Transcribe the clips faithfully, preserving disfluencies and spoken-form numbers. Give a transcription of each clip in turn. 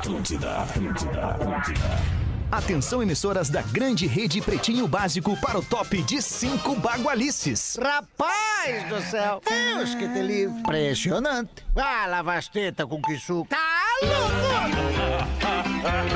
Atlântida, Atlântida, Atlântida. Atenção, emissoras da grande rede Pretinho Básico para o top de cinco bagualices. Rapaz do céu, Deus que te livre. Impressionante. Ah, lava as tetas com que suco. Tá louco!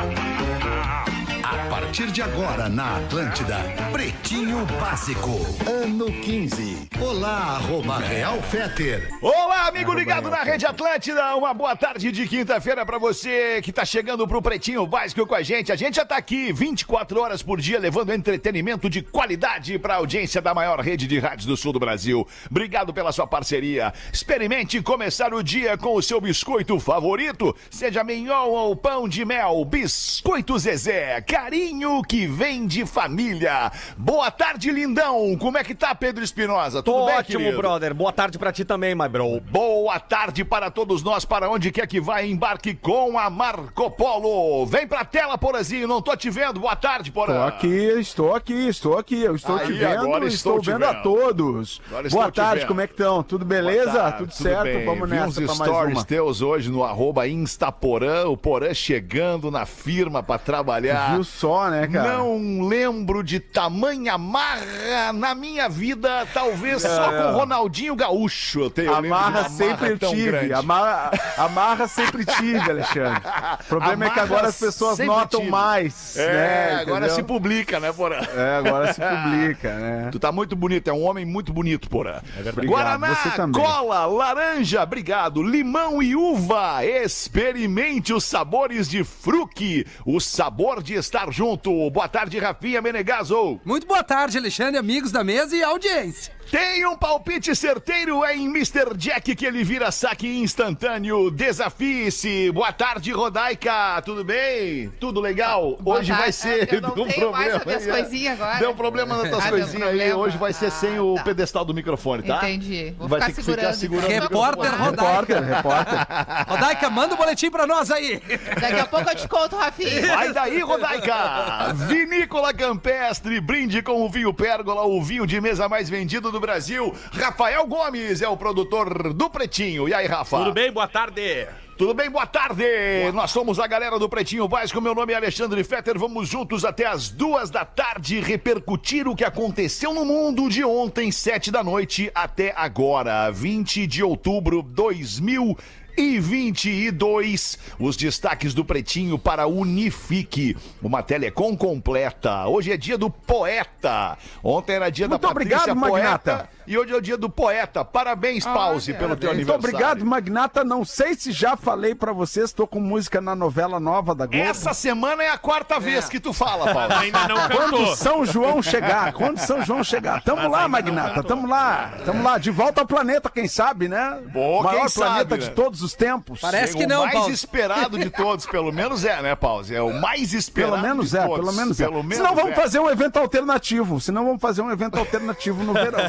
A partir de agora na Atlântida, Pretinho Básico, ano quinze. Olá, arroba Real Feter. Olá, amigo ligado na Rede Atlântida. Uma boa tarde de quinta-feira pra você que tá chegando pro Pretinho Básico com a gente. A gente já tá aqui vinte e quatro horas por dia levando entretenimento de qualidade pra audiência da maior rede de rádios do sul do Brasil. Obrigado pela sua parceria. Experimente começar o dia com o seu biscoito favorito, seja mignon ou pão de mel. Biscoito Zezé, carinho que vem de família. Boa tarde, lindão. Como é que tá, Pedro Espinosa? Tudo Tô bem, ótimo, querido? brother. Boa tarde pra ti também, my bro. Boa tarde para todos nós, para onde quer que vá, embarque com a Marco Polo. Vem pra tela, Porazinho, não tô te vendo. Boa tarde, Porã. Estou aqui, estou aqui, estou aqui. Eu estou Aí, te vendo, agora estou, estou te vendo, a vendo. todos. Agora estou Boa te tarde, vendo. como é que estão? Tudo beleza? Boa tarde, tudo certo? bem. Vamos Vi nessa uns pra mais stories uma. teus hoje no arroba Instaporã, o Porã chegando na firma pra trabalhar. Viu só, né, cara? Não lembro de tamanha marra na minha vida, talvez só É. com Ronaldinho Gaúcho eu tenho. eu lembro de Amarra uma sempre marra eu tão tive. grande. Amarra, amarra sempre tive, Alexandre. O problema é que Amarra agora as pessoas sempre notam tive. mais. É, né, agora entendeu? se publica, né, Porã? É, agora se publica, né? Tu tá muito bonito, é um homem muito bonito, Porã. Obrigado, Guaraná, você também. cola, laranja, obrigado, limão e uva. Experimente os sabores de Fruc, o sabor de estar junto. Boa tarde, Rafinha Menegaso. Muito boa tarde, Alexandre, amigos da mesa e audiência. Tem um palpite certeiro é em mister Jack que ele vira saque instantâneo. Desafie-se. Boa tarde, Rodaica. Tudo bem? Tudo legal? Boa Hoje tarde. vai ser. Eu não deu um tenho mais as problema minhas aí, é. coisinhas agora. Deu um problema nas tuas Ah, deu coisinhas aí. problema? Hoje vai ser Ah, sem o tá. pedestal do microfone, tá? Entendi. Vou Vai ficar ter que segurando. ficar segurando. então. o microfone. Repórter Repórter, Rodaica. repórter. Rodaica, manda o boletim pra nós aí. Daqui a pouco eu te conto, Rafinha. Vai daí, Rodaica! Vinícola Campestre, brinde com o vinho Pérgola, o vinho de mesa mais vendido do Brasil. Rafael Gomes é o produtor do Pretinho. E aí, Rafa? Tudo bem? Boa tarde. Tudo bem? Boa tarde! Nós somos a galera do Pretinho Básico. Meu nome é Alexandre Fetter. Vamos juntos até as duas da tarde repercutir o que aconteceu no mundo de ontem, sete da noite, até agora, vinte de outubro de dois mil e vinte e dois. Os destaques do Pretinho para Unifique, uma telecom completa. Hoje é dia do poeta. Ontem era dia Muito da Patrícia obrigado, Poeta. Magnata. E hoje é o dia do poeta. Parabéns, Pause, pelo teu Muito aniversário. obrigado, Magnata. Não sei se já falei pra vocês, tô com música na novela nova da Globo. Essa semana é a quarta vez que tu fala, Paulo. Ainda não Quando cantou. São João chegar, quando São João chegar. Tamo lá, Magnata, tamo lá, tamo lá. De volta ao planeta, quem sabe, né? Pô, o maior quem sabe, planeta né? de todos os tempos. Parece que o não, mais Paulo. esperado de todos, pelo menos é, né, Pause? É o mais esperado Pelo menos de é, todos. pelo menos é. Pelo menos Senão vamos é. fazer um evento alternativo. Senão vamos fazer um evento alternativo no verão.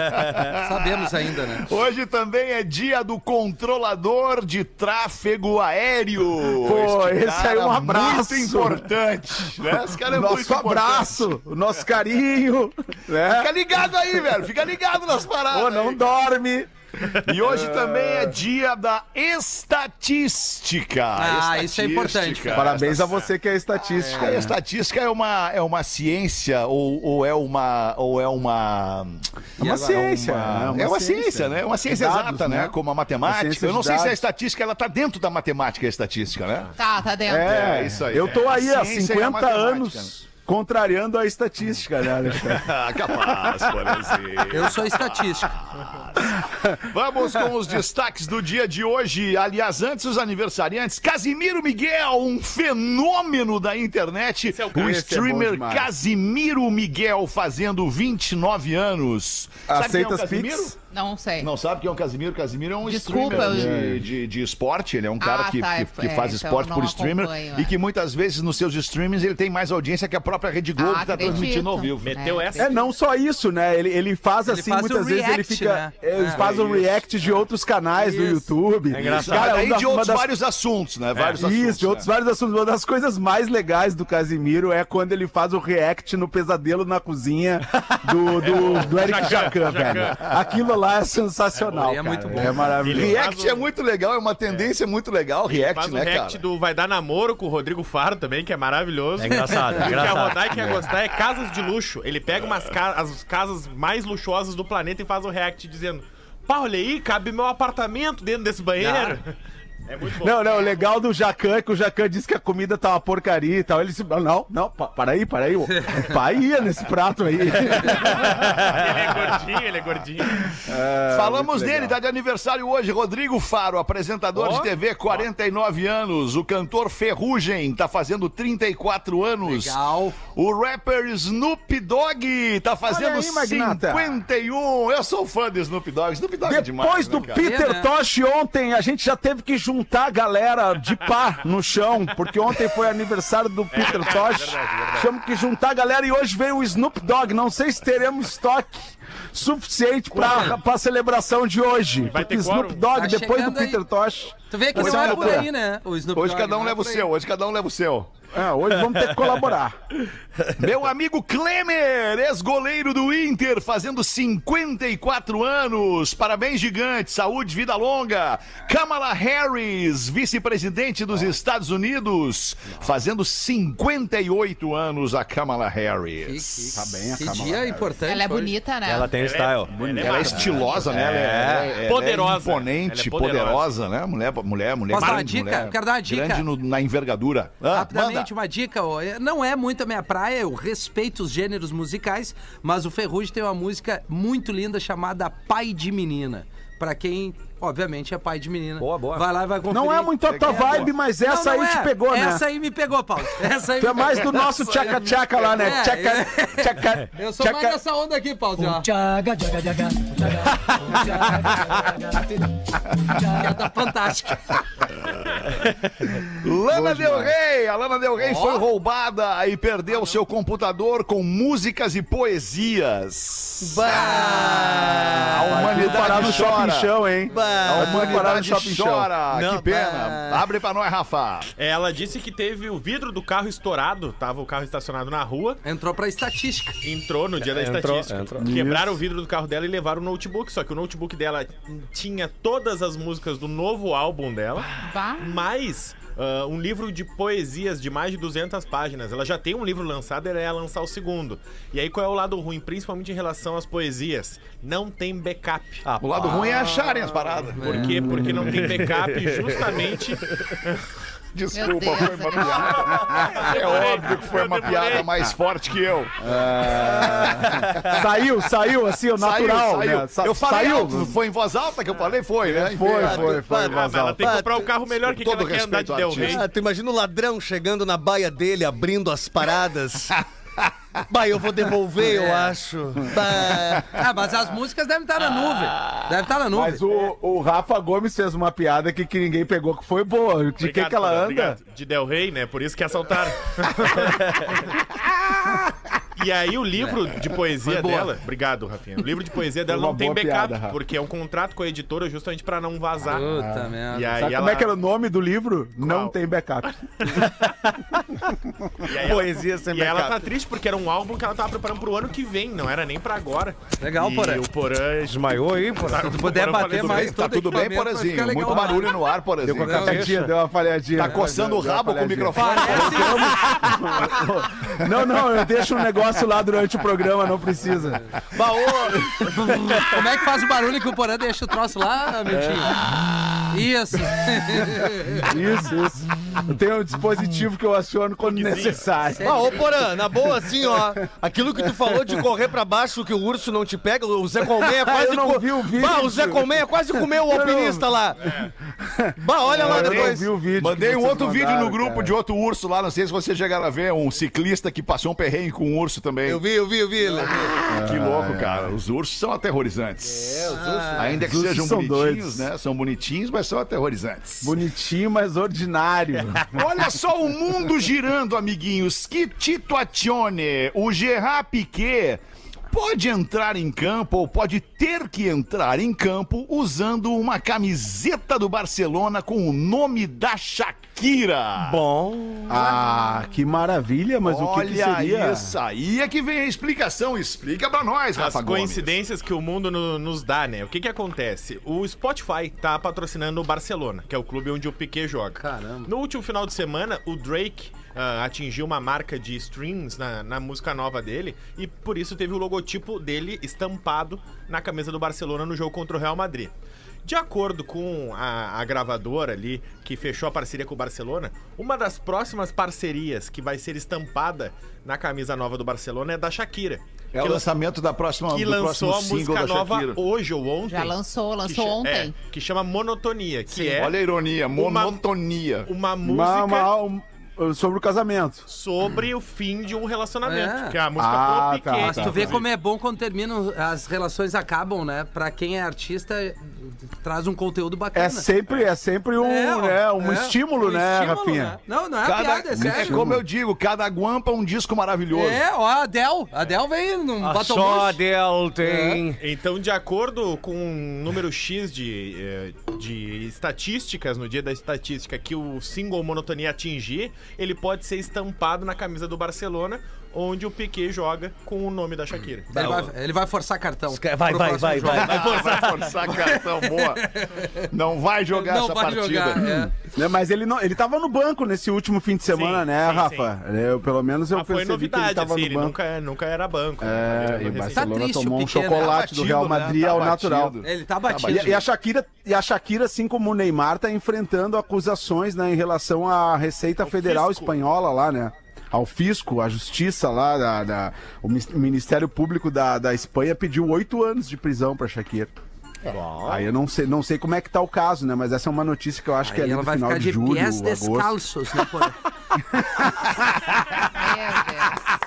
Sabemos ainda, né? Hoje também é dia do controlador de tráfego aéreo. Pô, Este esse cara aí, um abraço. muito importante, né? Esse cara é muito Nosso importante. abraço, o nosso carinho. Né? Fica ligado aí, velho. Fica ligado nas paradas. Pô, não aí. dorme. E hoje também é dia da estatística. Ah, isso é importante, cara. Parabéns a você que é estatística. A né? estatística é uma, é uma ciência ou, ou é uma ou é uma É uma ciência. uma- né? é uma ciência, né? É uma ciência Dados, exata, né? Como a matemática. Uma ciência Eu não de sei se a dados. estatística ela tá dentro da matemática, a estatística, né? Tá, tá dentro. É, É, isso aí. Eu tô aí A há ciência e a cinquenta matemática. anos contrariando a estatística, né, Alexandre? Ah, capaz, por exemplo. Eu sou estatística. Vamos com os destaques do dia de hoje. Aliás, antes os aniversariantes, Casimiro Miguel, um fenômeno da internet. é o o cara. Esse é bom streamer demais. Casimiro Miguel fazendo vinte e nove anos. Sabe Aceita quem é as o Casimiro? Pix? Não sei. Não sabe quem é o Casimiro? Casimiro é um Desculpa, streamer eu- de, de, de esporte. Ele é um cara Ah, que, tá, que, é, que faz então esporte eu por não streamer acompanho, e é. que muitas vezes nos seus streamings ele tem mais audiência que a própria Rede Globo Ah, que está acredito. transmitindo ao vivo. Meteu É, essa? É, não só isso, né? Ele, ele faz Ele assim, faz muitas o vezes ele react, fica. né? É, É. eles fazem o react de outros canais do YouTube. É engraçado. Cara, Aí uma, de outros das... vários assuntos, né? Vários Isso, assuntos, de outros né? vários assuntos. Uma das coisas mais legais do Casimiro é quando ele faz o react no Pesadelo na Cozinha do, do, do Eric Jacan, velho. Aquilo lá é sensacional, É, é muito cara. bom. É maravilhoso. React é muito legal, é uma tendência muito legal, react, Faz o né, react cara? do Vai Dar Namoro com o Rodrigo Faro também, que é maravilhoso. É engraçado, é E o que a engraçado. Rodai quer gostar é casas de luxo. Ele pega umas ca- as casas mais luxuosas do planeta e faz o react dizendo: pá, olha aí, cabe meu apartamento dentro desse banheiro. É muito bom. Não, não, o legal do Jacan é que o Jacan disse que a comida tá uma porcaria e tal. Ele disse, não, não, pa- para aí, para aí. O pai ia nesse prato aí. Ele é gordinho, ele é gordinho. É, Falamos muito dele, legal. tá de aniversário hoje, Rodrigo Faro, apresentador Ó. de T V, quarenta e nove anos. O cantor Ferrugem tá fazendo trinta e quatro anos. Legal. O rapper Snoop Dogg tá fazendo aí, Magnata. cinquenta e um. Eu sou fã de Snoop Dogg. Snoop Dogg é demais, Depois né, do cara? Peter É, né? Tosh ontem, a gente já teve que juntar a galera de pá no chão, porque ontem foi aniversário do Peter Tosh. Tivemos que juntar a galera e hoje veio o Snoop Dogg. Não sei se teremos estoque suficiente pra, pra celebração de hoje. Vai Porque ter Snoop quórum? Dogg, Tá depois do chegando aí. Peter Tosh. Tu vê que Vai não ser é uma por loucura. aí, né? O Snoop Hoje Dogg cada um não é leva o por aí. seu, hoje cada um leva o seu. É, hoje vamos ter que colaborar. Meu amigo Klemer, ex-goleiro do Inter, fazendo cinquenta e quatro anos. Parabéns, gigante. Saúde, vida longa. Kamala Harris, vice-presidente dos Estados Unidos, fazendo cinquenta e oito anos a Kamala Que, Harris. que, Tá bem a que Kamala dia Harris. importante. Ela é hoje. bonita, né? Ela tem style. Ela é estilosa, né? Ela é, ela é Poderosa. imponente, Ela é poderosa. poderosa, né? Mulher, mulher, mulher. Posso dar uma grande, dica? mulher Quero dar uma dica. Grande no- na envergadura. Ah, Rapidamente, manda. uma dica, ó, não é muito a minha praia, eu respeito os gêneros musicais, mas o Ferrugem tem uma música muito linda chamada Pai de Menina. Pra quem, obviamente, é pai de menina. Boa, boa. Vai lá e vai conferir. Não é muito a tua vibe, mas Não, essa não aí é. te pegou, né? Essa aí me pegou, Paulo. Essa aí Tu é me mais pegou. do nosso tchaca-tchaca lá, né? É, Tchaca, é. tchaca, Eu sou mais tchaca. dessa onda aqui, Paulo. ó. Que tá fantástica. Lana Del Rey, a Lana Del Rey foi roubada e perdeu seu computador com músicas e poesias. A Vai tudo parar humanidade no shopping chora. chão, hein? A Vai tudo parar no humanidade shopping show. chora. Não, Que pena. Abre pra nós, Rafa. Ela disse que teve o vidro do carro estourado, tava o carro estacionado na rua, Entrou pra estatística. entrou no dia da Entrou, estatística. entrou. Quebraram o vidro do carro dela e levaram o notebook, só que o notebook dela tinha todas as músicas do novo álbum dela, Bah. mais ah, um livro de poesias de mais de duzentas páginas. Ela já tem um livro lançado, ela ia lançar o segundo. E aí qual é o lado ruim, principalmente em relação às poesias? Não tem backup. Ah, O lado ruim é acharem as paradas. Por quê? Porque não tem backup justamente... Desculpa, Meu Deus, foi uma piada. É óbvio que foi uma piada mais forte que eu. Saiu, saiu, assim, o natural, saiu, né? saiu. Sa- Eu falei saiu. alto, foi em voz alta que eu falei? Foi, né? Foi, Ah, foi, foi. Ah, mas ela tem que comprar o carro melhor que, que Todo ela quer andar respeito de ao Del Rey. artista. Ah, tu imagina o ladrão chegando na baia dele, abrindo as paradas. Bah, eu vou devolver, eu acho. Bah. Ah, mas as músicas devem estar na nuvem. Deve estar na nuvem. Mas o, o Rafa Gomes fez uma piada que, que ninguém pegou, que foi boa. De quem que ela Obrigado, anda? obrigado. De Del Rey, né? Por isso que assaltaram. E aí o livro de poesia Foi boa. dela... Obrigado, Rafinha. O livro de poesia dela Foi uma não tem boa backup, piada, Rafa. porque é um contrato com a editora justamente pra não vazar. Puta merda. E aí Sabe ela... como é que era o nome do livro? Não tem backup. E aí ela- Poesia sem E ela backup. tá triste porque era um álbum que ela tava preparando pro ano que vem, não era nem pra agora. Legal, e Porã. o Porã... Desmaiou aí, pô. Tá, Se puder o Porã bater falou, mais "Tudo Tá todo tudo bem, equipamento, vai Porazinho? ficar legal. Muito barulho no ar, Porazinho. Deu uma falhadinha, deu uma falhadinha. Tá coçando o Deu uma rabo com o falhadinha. microfone. Não, não, eu deixo um negócio lá durante o programa, não precisa. Bah, ô, Como é que faz o barulho que o Porã deixa o troço lá, Miltinho? Isso. Isso, isso. Eu tenho um dispositivo que eu aciono quando necessário. bah, ô, Porã, na boa, assim, ó. Aquilo que tu falou de correr pra baixo, que o urso não te pega, o Zé Colmeia quase... Eu não co- vi o vídeo. Bah, o Zé Colmeia quase comeu o alpinista lá. Bah, olha lá Eu não depois. vi o vídeo. Mandei que um vocês outro vídeo mandaram, no grupo cara. de outro urso lá, não sei se vocês chegaram a ver, um ciclista que passou um perrengue com um urso também. Eu vi, eu vi, eu vi. eu vi. Que louco, cara. Os ursos são aterrorizantes. É, os ursos. Ainda que Os ursos sejam são bonitinhos, doidos. né? São bonitinhos, mas são aterrorizantes. Bonitinho, mas ordinário. Olha só o mundo girando, amiguinhos. Que situazione. O Gerard Piquet pode entrar em campo ou pode ter que entrar em campo usando uma camiseta do Barcelona com o nome da Shakira. Bom. Ah, que maravilha, mas o que, que seria? Olha isso, aí é que vem a explicação. Explica pra nós, As Rafa Gomes. coincidências que o mundo no- nos dá, né? O que que acontece? O Spotify tá patrocinando o Barcelona, que é o clube onde o Piqué joga. Caramba. No último final de semana, o Drake ah, atingiu uma marca de streams na, na música nova dele e por isso teve o logotipo dele estampado na camisa do Barcelona no jogo contra o Real Madrid. De acordo com a, a gravadora ali, que fechou a parceria com o Barcelona, uma das próximas parcerias que vai ser estampada na camisa nova do Barcelona é da Shakira. É o que, lançamento da próxima, que do lançou a próximo single música da nova Shakira. hoje ou ontem. Já lançou, lançou que cha- ontem. é, que chama Monotonia, que Sim. é Olha a ironia, Uma- monotonia. uma Uma- música uma- um- sobre o casamento. sobre o fim de um relacionamento. É. Que é a música Ah, pro Piqué. tá, Mas tá, tu vê tá. como é bom quando terminam, as relações acabam, né? Pra quem é artista, traz um conteúdo bacana. É sempre, é sempre um, É, ó, né, um é, estímulo, um né, estímulo, Rafinha? né? Não, não é Cada, piada, é é sério. como eu digo, cada guampa um disco maravilhoso. É, ó, a Adele. A Adele veio num Ah, Baton só a Rouge. Adele tem. Então, de acordo com um número X de, eh, de estatísticas, no dia da estatística, que o single Monotonia atingir, ele pode ser estampado na camisa do Barcelona, onde o Piqué joga com o nome da Shakira. Ele vai, ele vai forçar cartão. Vai, pro vai, próximo vai, jogo. vai. Vai forçar, vai forçar cartão, boa. Não vai jogar Não essa vai partida. jogar, é. Né, mas ele não, ele tava no banco nesse último fim de semana, Sim, né, sim, Rafa? Eu, pelo menos eu Mas foi percebi que ele novidade, tava assim, no ele banco. nunca, nunca era banco. É, né? e o Recentemente. Tá Barcelona triste o tomou um Piqué, né? chocolate Tá do Real batido, né? Madrid Tá ao batido. natural. Ele tá E, batido. e a Shakira, e a Shakira, assim como o Neymar, tá enfrentando acusações, né, em relação à Receita Ao Federal fisco. Espanhola lá, né? Ao fisco, à justiça lá, da, da- o mis- o Ministério Público da, da Espanha pediu oito anos de prisão pra Shakira. Aí eu não sei, não sei como é que tá o caso, né? Mas essa é uma notícia que eu acho que é Aí ali ela no vai final ficar de de julho, pés agosto. descalços, né, porra? Meu Deus.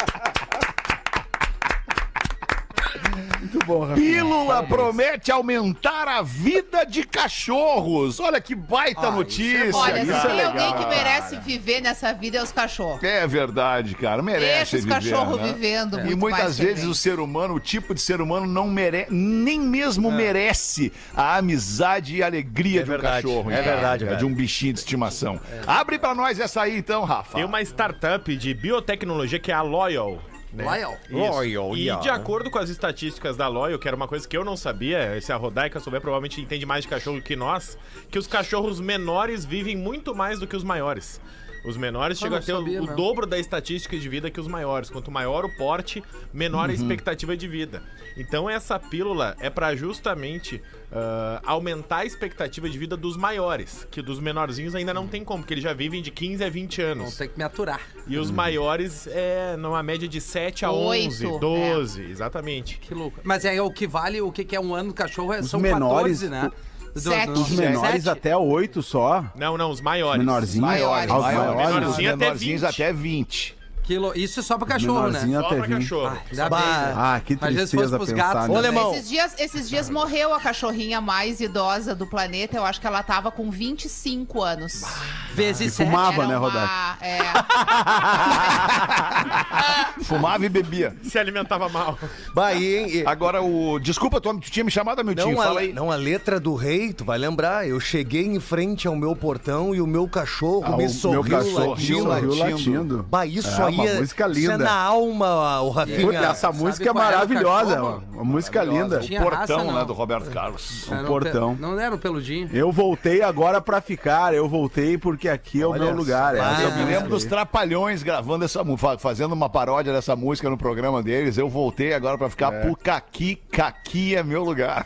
Muito bom, Rafinha. Pílula promete aumentar a vida de cachorros. Olha que baita Ah, notícia. Olha, isso se é tem legal. alguém que merece viver nessa vida é os cachorros. É verdade, cara. Merece Deixa os viver, cachorros né? vivendo E muito muitas mais vezes felizes. o ser humano, o tipo de ser humano não merece, nem mesmo merece a amizade e a alegria É de um verdade, cachorro. é em casa, verdade, né? velho. De um bichinho de estimação. Abre pra nós essa aí então, Rafa. Tem uma startup de biotecnologia que é a Loyal. Né? Loyal? Isso. Loyal, E yeah. de acordo com as estatísticas da Loyal, que era uma coisa que eu não sabia, se a Rodaica souber, provavelmente entende mais de cachorro que nós, que os cachorros menores vivem muito mais do que os maiores. Os menores Eu chegam não a ter o, sabia o mesmo. dobro da estatística de vida que os maiores. Quanto maior o porte, menor a expectativa de vida. Então essa pílula é para justamente ah, aumentar a expectativa de vida dos maiores, que dos menorzinhos ainda não tem como, porque eles já vivem de quinze a vinte Vão anos. ter que me aturar. E os maiores é numa média de sete a Oito, onze, doze, exatamente. Que louco. Mas é o que vale, o que que é um ano do cachorro, é, Os são menores, quatorze, né? Do- Sete. do- Os menores sete? até oito só. Não, não, os maiores. Menorzinhos. Maiores. Ah, os Maiores, maiores. os Menorzinho até menorzinhos vinte. até vinte. Que lou- Isso é só pra cachorro, Menorzinho né? Só até pra vinte. cachorro. Ah, ainda Bah. bem, né? Ah, que Imagina se fosse tristeza pros pensar gatos, nisso. Ô, Alemão. Esses dias, esses dias morreu a cachorrinha mais idosa do planeta. Eu acho que ela tava com vinte e cinco anos. Vezes E sete. fumava, Era né, uma- Rodaica? É. Fumava e bebia. Se alimentava mal. Bah, e, hein, e- Agora o... Desculpa, tu, tu tinha me chamado, meu tio. não, Fala a, aí. não, a letra do rei, tu vai lembrar. Eu cheguei em frente ao meu portão e o meu cachorro Ah, me o sorriu meu cachorro latindo. sorriu latindo. latindo. Bah, isso É, aí uma é, música isso é linda. na alma, o Rafinha. Puta, essa música é qual era o maravilhosa. cachorro? Uma música linda. Tinha Portão, raça, não. né, do Roberto Carlos. Era um portão. pe- Não era o peludinho. Eu voltei agora pra ficar. Eu voltei porque aqui é o Olha meu lugar. só. É essa Eu me música lembro dos aí. Trapalhões gravando essa música, fazendo uma paródia dessa música no programa deles. Eu voltei agora pra ficar por Caqui. Caqui é meu lugar.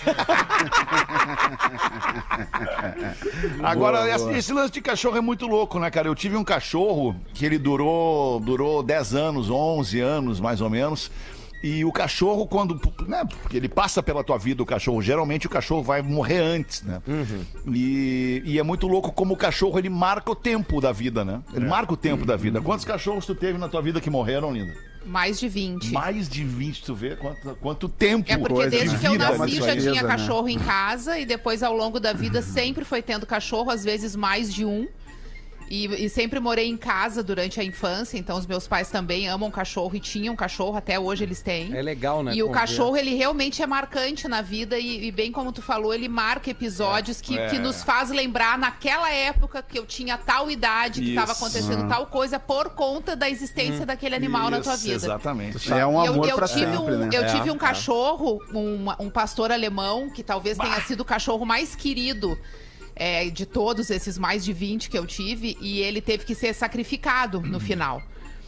Agora, Boa, esse, boa. esse lance de cachorro é muito louco, né, cara? Eu tive um cachorro que ele durou, durou dez anos, onze anos, mais ou menos. E o cachorro, quando. Né, porque ele passa pela tua vida, o cachorro. Geralmente o cachorro vai morrer antes, né? E, e é muito louco como o cachorro ele marca o tempo da vida, né? Ele marca o tempo da vida. Quantos cachorros tu teve na tua vida que morreram, Linda? Mais de vinte. Mais de vinte, tu vê quanto, quanto tempo. É porque coisa desde de que eu vida, nasci mas já tristeza, tinha né? cachorro em casa e depois ao longo da vida sempre foi tendo cachorro, às vezes mais de um. E, e sempre morei em casa durante a infância, então os meus pais também amam cachorro e tinham cachorro, até hoje eles têm. É legal, né? E o conviver. cachorro, ele realmente é marcante na vida e, e bem como tu falou, ele marca episódios que, É. que nos faz lembrar naquela época que eu tinha tal idade, que estava Isso. acontecendo tal coisa por conta da existência daquele animal na tua Isso, vida. Exatamente. É um E eu, amor eu pra tive sempre, um, né? eu É, tive um é. cachorro, um, um pastor alemão, que talvez tenha sido o cachorro mais querido é, de todos esses mais de vinte que eu tive, e ele teve que ser sacrificado no final.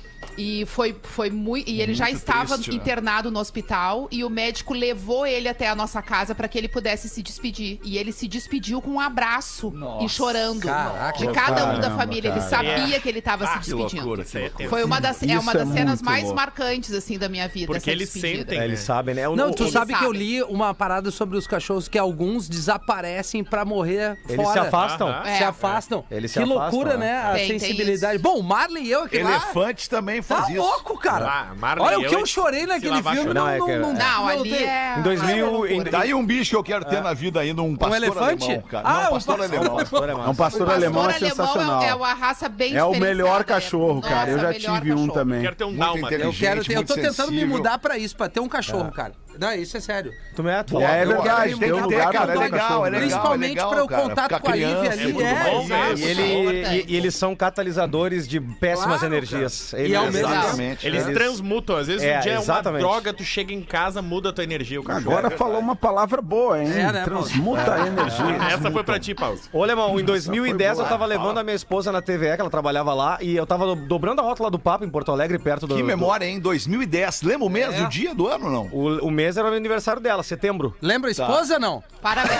E foi, foi muito. E ele já Muito estava triste, né? internado no hospital e o médico levou ele até a nossa casa para que ele pudesse se despedir. E ele se despediu com um abraço e chorando Caraca. de cada um da Caramba, família. Ele cara. sabia que ele estava se Ah, que despedindo. loucura, que loucura. Foi uma das, é Isso uma é das cenas muito mais louco. marcantes assim da minha vida. Porque essa eles despedida. sentem, É, né? eles sabem, né? O- Não, o- tu Eles sabe que eu sabem. li uma parada sobre os cachorros que alguns desaparecem pra morrer Eles fora. se afastam. Aham. É. Se afastam. Eles se que afastam, loucura, né? né? A Tem- tem sensibilidade. isso. Bom, o Marley e eu aqui lá... Elefante também Tá faz isso. louco, cara. Ah, Marley Olha e o que eu eu chorei se naquele lavar filme. chorando. Não, Não, é não, que- não, Não, não ali tem. é. Em dois mil... em- Daí um bicho que eu quero ter na vida ainda, um pastor elefante? alemão, cara. Ah, Não, um pastor pastor- alemão. Pastor é É um massa. pastor O pastor alemão é alemão sensacional. é, é uma raça bem É o diferenciada, melhor é- cachorro, cara. Eu Nossa, já melhor tive um cachorro. também. Quero ter um Muito dálmata. Eu inteligente. quero ter, eu tô muito tentando me sensível. mudar pra isso, pra ter um cachorro, cara. Não, isso é sério. Tu é, tu É eu- verdade, Tem tem que um ter, lugar cara, pra é ter legal, cachorro, é né? legal. Principalmente legal, para o cara, contato ficar com a Ivy criança, ali, é muito é, bom. exato. E, ele, Importante. e, e eles são catalisadores de péssimas Claro, energias. Eles, E ao mesmo Exatamente. Eles Eles- transmutam. Às vezes É, um dia é uma exatamente. droga, tu chega em casa, muda a tua energia. O cachorro. Agora falou uma palavra boa, hein? É, né, Transmuta a energia. Essa foi pra ti, Paulo. Ô, Alemão, em dois mil e dez boa. eu tava levando a minha esposa na T V E, que ela trabalhava lá, e eu tava do- dobrando a rótula do Papo em Porto Alegre, perto do... Que do- memória, hein? dois mil e dez. Lembra o mês, É. o dia do ano, não? O, o mês era o aniversário dela, setembro. Lembra a esposa, não? Parabéns.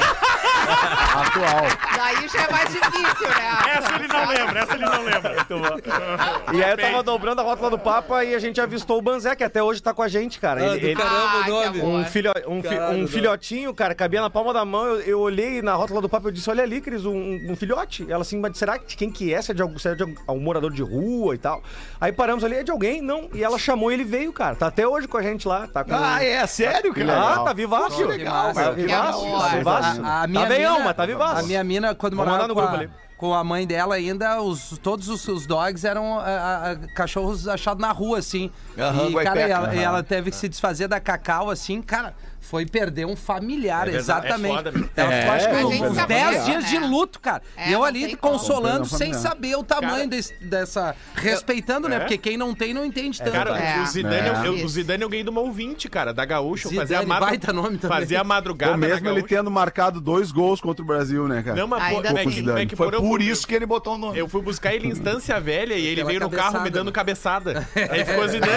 Atual. Daí já é mais difícil, né? Essa ele não lembra, essa ele não lembra. E aí eu tava dobrando a rótula do Papa e a gente avistou o Banzé, que até hoje tá com a gente, cara. Ah, Ele- do ele- caramba Ah, o que nome. amor. Um, filho, um, fi- Caralho, um não. filhotinho, cara, cabia na palma da mão. Eu, eu olhei na rótula do papo e eu disse: olha ali, Cris, um, um filhote. Ela assim, mas será que quem que é? Se é de algum, se é de algum morador de rua e tal. Aí paramos ali, é de alguém? Não. E ela chamou e ele veio, cara. Tá até hoje com a gente lá. Tá com... Ah, é? Sério, cara? Ah, tá vivaço. Que legal, Tá velho. vivaço, Que amor. tá vivaço. A, a minha Tá veião, mina, mas tá vivaço. A minha mina, quando Vamos morava mandar no com grupo a, ali. com a mãe dela ainda, os, todos os, os dogs eram ah, ah, cachorros achados na rua, assim. Aham, e, guaipeca, cara, e ela, aham. e ela teve que se desfazer da Cacau, assim, cara, foi perder um familiar, É verdade, exatamente. é foda, né? Ela ficou, acho que, É, a gente uns se dez apoia, dias né? de luto, cara. É, e eu não ali tem como. consolando, Comprei sem uma familiar. saber o tamanho Cara, desse- dessa... Respeitando, né? É? Porque quem não tem, não entende tanto. Cara, É. o Zidane, eu, eu- Isso. o Zidane eu ganhei de uma ouvinte, cara, da Gaúcha. Eu Zidane, fazia a madru- baita nome também. Fazia a madrugada Ou na mesmo ele Gaúcha. tendo marcado dois gols contra o Brasil, né, cara? Não, mas Ainda pô, bem. é que, é que Foi por eu por fui- isso que ele botou o nome. Eu fui buscar ele em Instância Velha e ele Aquela veio no cabeçada, carro me dando né? cabeçada. Aí ficou Zidane.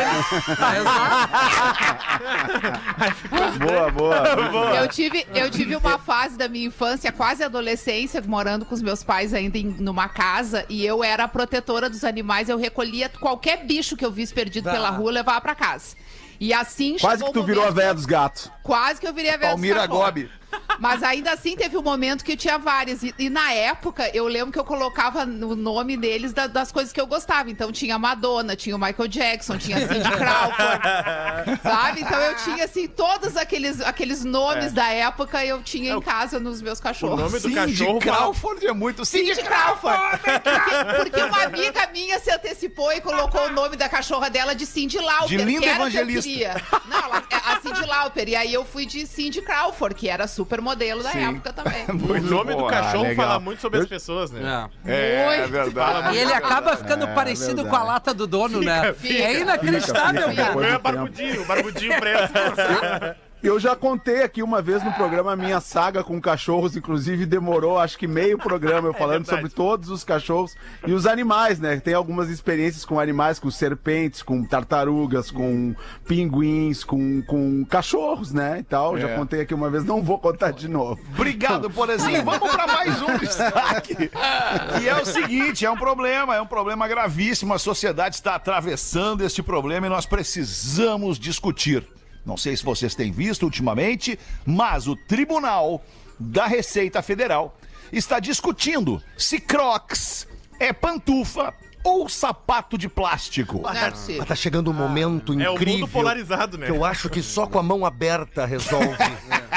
Boa, boa. Eu tive, eu tive uma fase da minha infância, quase adolescência, morando com os meus pais ainda em numa casa, e eu era a protetora dos animais, eu recolhia qualquer bicho que eu visse perdido Tá. pela rua, eu levava pra casa. E assim Quase chegou que tu o virou a momento- véia dos gatos. Quase que eu virei a velha dos Palmira cachorros. Gobi. Mas ainda assim teve um momento que tinha várias. E, e na época, eu lembro que eu colocava o nome deles da- das coisas que eu gostava. Então tinha Madonna, tinha o Michael Jackson, tinha Cindy Crawford. Sabe? Então eu tinha, assim, todos aqueles, aqueles nomes da época eu tinha em casa nos meus O cachorros. nome do Cindy cachorro fala... Crawford é muito... Cindy Cindy Crawford! Porque, porque uma amiga minha se antecipou e colocou o nome da cachorra dela de Cindy Lauper. De Linda que era o que eu Evangelista. queria. Não, ela, a Cindy Lauper. E aí eu fui de Cindy Crawford, que era super modelo da época também. O nome do Boa, cachorro legal. fala muito sobre as pessoas, né? É. É, Muito. verdade. E ele acaba ficando É, parecido verdade. com a lata do dono, né? fica. É inacreditável, Fica, cara. fica. Meu é Depois do tempo. barbudinho, barbudinho preto. Eu já contei aqui uma vez no programa a minha saga com cachorros, inclusive demorou acho que meio programa eu falando verdade. sobre todos os cachorros e os animais, né? Tem algumas experiências com animais, com serpentes, com tartarugas, com pinguins, com, com cachorros, né? E tal. Já É. contei aqui uma vez, não vou contar de novo. Obrigado, Porazinho. Vamos para mais um destaque. Que é o seguinte, é um problema, é um problema gravíssimo. A sociedade está atravessando este problema e nós precisamos discutir. Não sei se vocês têm visto ultimamente, mas o Tribunal da Receita Federal está discutindo se Crocs é pantufa ou sapato de plástico. Não é possível. Mas tá chegando um momento É o incrível. mundo polarizado, né? Que eu acho que só com a mão aberta resolve.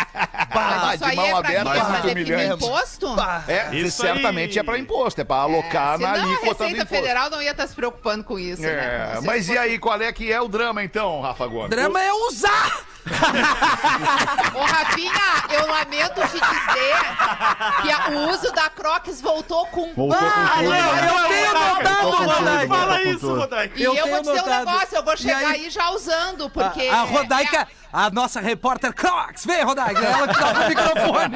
Mas isso de aí mão é pra aberta, quê? Pra muito definir humilhante. imposto? É, Isso certamente aí. é pra imposto, é pra alocar Senão na a alíquota do Receita imposto. Federal não ia estar se preocupando com isso, né? É, Vocês mas e fossem- aí, qual é que é o drama então, Rafa Gomes? Drama é usar! Ô, Rafinha, eu lamento te dizer que a- o uso da Crocs voltou com... Voltou com tudo, eu né? tenho notado, Voltou com tudo, Rodaica. voltou Fala com isso, tudo. Rodaica. E eu eu, tenho vou dizer notado. um negócio, eu vou E chegar aí- aí já usando, porque... A, a Rodaica, a nossa repórter Crocs, vem, Rodaica, ela que toca o microfone.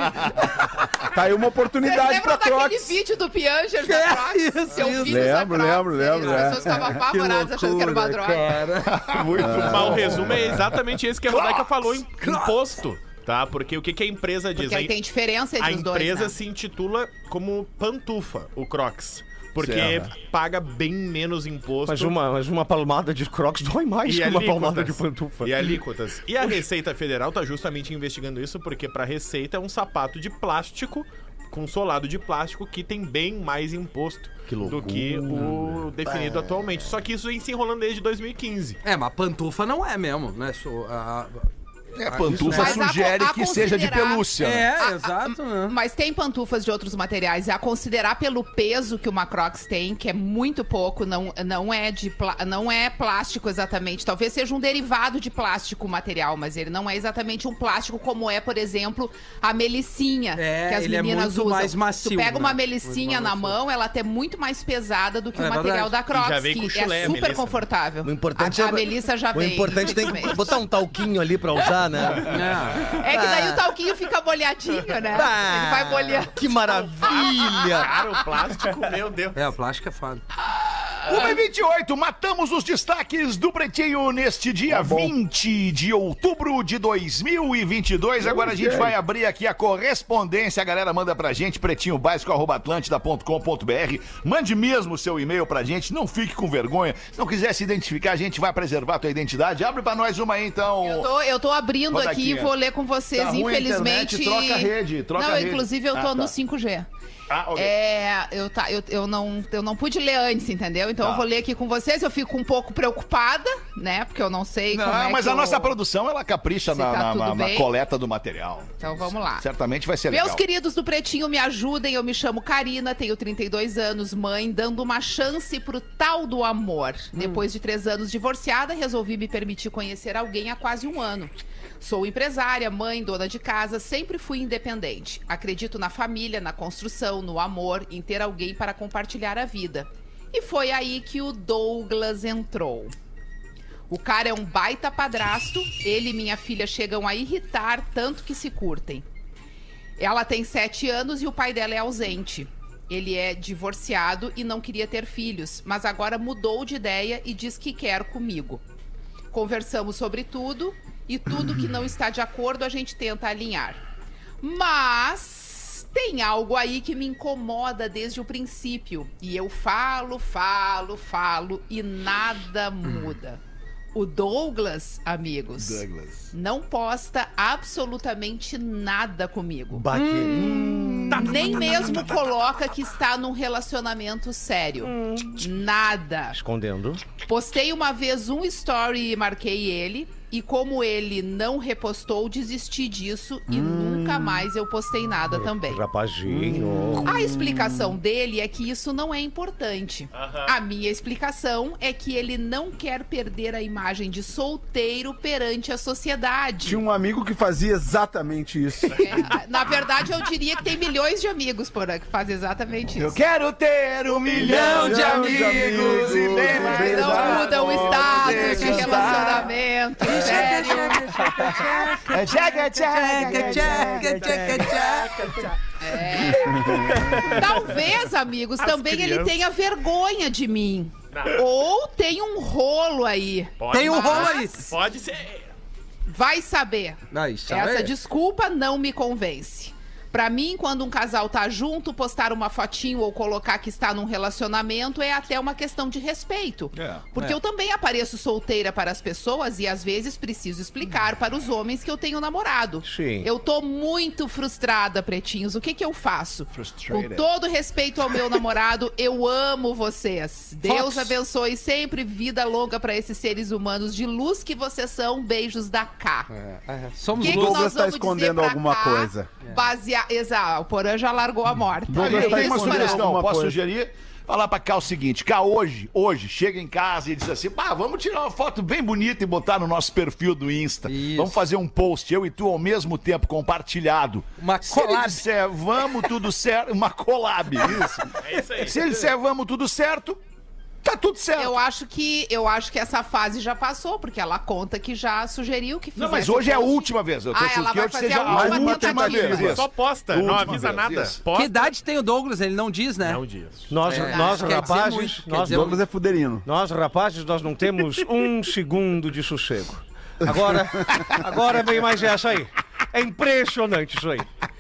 Tá aí uma Vocês oportunidade pra lembram daquele Crocs. vídeo do Piangers da É, Crocs? isso, Eu isso. vi usar Lembro, Crocs, lembro, lembro, As é. pessoas ficavam apavoradas achando que era uma droga. cara. Muito Mas o resumo é exatamente esse que a Rodaica falou, em imposto. Tá? Porque o que, que a empresa diz? Porque aí A- tem diferença entre A os dois, empresa né? se intitula como pantufa, o Crocs. Porque Certo. paga bem menos imposto. Mas uma, mas uma palmada de Crocs dói mais E que uma alíquotas. palmada de pantufa. E alíquotas. E a Receita Federal tá justamente investigando isso porque pra Receita é um sapato de plástico com solado de plástico que tem bem mais imposto do que o definido atualmente. Só que isso vem se enrolando desde dois mil e quinze. É, mas pantufa não é mesmo, né? So- a- É, pantufa Mas a- sugere a que seja de considerar- pelúcia. né? É, A- a- exato, né? Mas tem pantufas de outros materiais. E a considerar pelo peso que uma Crocs tem, que é muito pouco, não, não, é de pla- não é plástico exatamente. Talvez seja um derivado de plástico o material, mas ele não é exatamente um plástico como é, por exemplo, a melicinha É, que as ele é meninas muito usam. mais macio, tu pega uma né? melicinha Muito na mais macio. mão, ela é até muito mais pesada do que É o material verdade. da Crocs, E já vem com que chulé, é a super Melissa. confortável. O importante a, é- a Melissa já O vem. importante tem que infelizmente. botar um talquinho ali pra usar, né? É. É que daí o talquinho fica molhadinho, né? Ah, Ele vai molhando. Que maravilha! Cara, o plástico, meu Deus. É, o plástico é foda. uma e vinte e oito, matamos os destaques do Pretinho neste dia vinte de outubro de dois mil e vinte e dois. Agora a gente vai abrir aqui a correspondência. A galera manda pra gente, pretinho básico arroba atlântida ponto com ponto br. Mande mesmo o seu e-mail pra gente, não fique com vergonha. Se não quiser se identificar, a gente vai preservar a tua identidade. Abre pra nós uma aí, então. Eu tô, eu tô abrindo Roda aqui e aqui, vou ó. ler com vocês, Tá ruim a infelizmente. internet, troca a rede, troca não, a rede. inclusive eu tô Ah, tá. no cinco G. Ah, ok. É, eu, tá, eu, eu, não, eu não pude ler antes, entendeu? Então Tá. eu vou ler aqui com vocês. Eu fico um pouco preocupada, né? Porque eu não sei Não, como é mas que a eu- nossa produção, ela capricha Se na, tá na- tudo na- na bem. coleta do material. Então vamos lá. Certamente vai ser Meus legal. queridos do Pretinho, me ajudem. Eu me chamo Karina, tenho trinta e dois anos, mãe, dando uma chance pro tal do amor. Depois de três anos divorciada, resolvi me permitir conhecer alguém há quase um ano. Sou empresária, mãe, dona de casa, sempre fui independente. Acredito na família, na construção, no amor, em ter alguém para compartilhar a vida. E foi aí que o Douglas entrou. O cara é um baita padrasto, ele e minha filha chegam a irritar tanto que se curtem. Ela tem sete anos e o pai dela é ausente. Ele é divorciado e não queria ter filhos, mas agora mudou de ideia e diz que quer comigo. Conversamos sobre tudo e tudo que não está de acordo a gente tenta alinhar. Mas tem algo aí que me incomoda desde o princípio. E eu falo, falo, falo e nada muda. O Douglas, amigos, Douglas. não posta absolutamente nada comigo. Baque. Nem mesmo coloca que está num relacionamento sério. Nada. Escondendo. Postei uma vez um story e marquei ele. E como ele não repostou, desisti disso e nunca mais eu postei nada também. Rapazinho. A explicação dele é que isso não é importante. A minha explicação é que ele não quer perder a imagem de solteiro perante a sociedade. Tinha um amigo que fazia exatamente isso. É, na verdade, eu diria que tem milhões de amigos por aí que fazem exatamente isso. Eu quero ter um milhão de amigos e bem mais. Não muda o status de Deixa estar. relacionamento, sério. É tchaca, tchaca, tchaca, tchaca. Talvez, amigos, também ele tenha vergonha de mim. Ou tem um rolo aí. Pode, Tem um Mas- rolo aí. Pode ser. Vai saber. Aí, sabe? Essa desculpa não me convence. Pra mim, quando um casal tá junto, postar uma fotinho ou colocar que está num relacionamento é até uma questão de respeito. É. Porque É. eu também apareço solteira para as pessoas e às vezes preciso explicar para os homens que eu tenho namorado. Sim. Eu tô muito frustrada, pretinhos. O que que eu faço? Frustrated. Com todo respeito ao meu namorado, eu amo vocês. Deus Fox. abençoe sempre vida longa para esses seres humanos de luz que vocês são. Beijos da K. Somos Que que loucos. nós Douglas tá vamos escondendo dizer pra alguma cá, coisa. Basear... Exato, o Porã já largou a morta. Douglas Eu tá tenho uma escondendo sugestão, alguma posso coisa. sugerir? Falar pra Cá o seguinte, Cá, hoje, hoje, chega em casa e diz assim, pá, vamos tirar uma foto bem bonita e botar no nosso perfil do Insta. Isso. Vamos fazer um post, eu e tu ao mesmo tempo, compartilhado. Uma Se ele collab. disser, vamos tudo certo, uma collab, isso. É isso aí. Se ele disser, vamos tudo certo, tá tudo certo. Eu acho que eu acho que essa fase já passou, porque ela conta que já sugeriu que fizesse Não, mas hoje é a post. última vez. Eu tô Ah, ela que vai hoje fazer seja a a última última tentativa. vez. Só posta, não Última avisa vez, nada. isso. Posta. Que idade tem o Douglas? Ele não diz, né? Não diz. Nós, É, nós quer dizer rapazes, muito, quer nós, dizer Douglas é fuderino. nós rapazes, nós não temos um segundo de sossego. Agora, agora vem mais essa aí. É impressionante isso aí.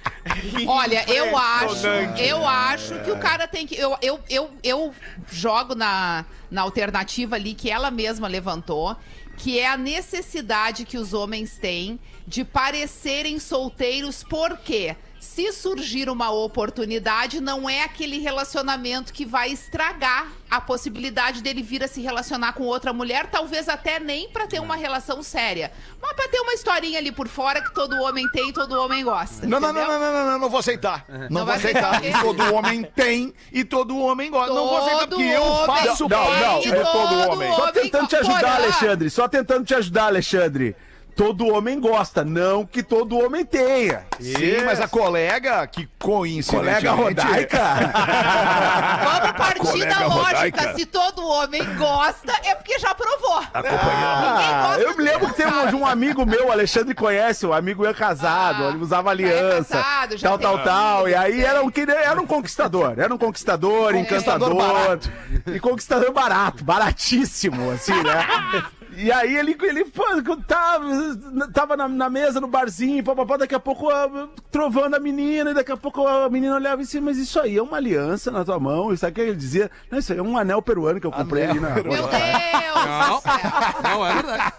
Olha, eu acho, Impressionante. eu acho que o cara tem que. Eu, eu, eu, eu jogo na, na alternativa ali que ela mesma levantou, que é a necessidade que os homens têm de parecerem solteiros, porque se surgir uma oportunidade, não é aquele relacionamento que vai estragar a possibilidade dele vir a se relacionar com outra mulher, talvez até nem pra ter uma relação séria, mas pra ter uma historinha ali por fora que todo homem tem e todo homem gosta. Não, não, não, entendeu? não, não, não, não, não vou aceitar. Não, Não vou vai aceitar. aceitar o quê? Todo homem tem e todo homem gosta. Não vou aceitar Todo porque eu homem faço Não, não, parte de todo todo homem. Só homem tentando te ajudar, Porã. Alexandre. Só tentando te ajudar, Alexandre. Todo homem gosta, não que todo homem tenha. Sim, mas a colega que coincidentemente... Colega Rodaica? Vamos partir Colega da lógica. Rodaica. Se todo homem gosta, é porque já provou. Ah, eu me lembro que tem um, de um amigo meu, o Alexandre conhece, o amigo é casado, Ah, ele usava já é aliança, casado, já tal, tem tal, tal. filho, E aí sei. era um, que- era um conquistador, era um conquistador, encantador. barato. E conquistador barato, baratíssimo, assim, né? E aí ele, ele pô, tava, tava na, na mesa, no barzinho, papapá, daqui a pouco ah, trovando a menina, e daqui a pouco a menina olhava e disse, mas isso aí é uma aliança na tua mão, e sabe o que ele dizia? Não, isso aí é um anel peruano que eu comprei ali na... Meu Deus do céu. Não, é verdade.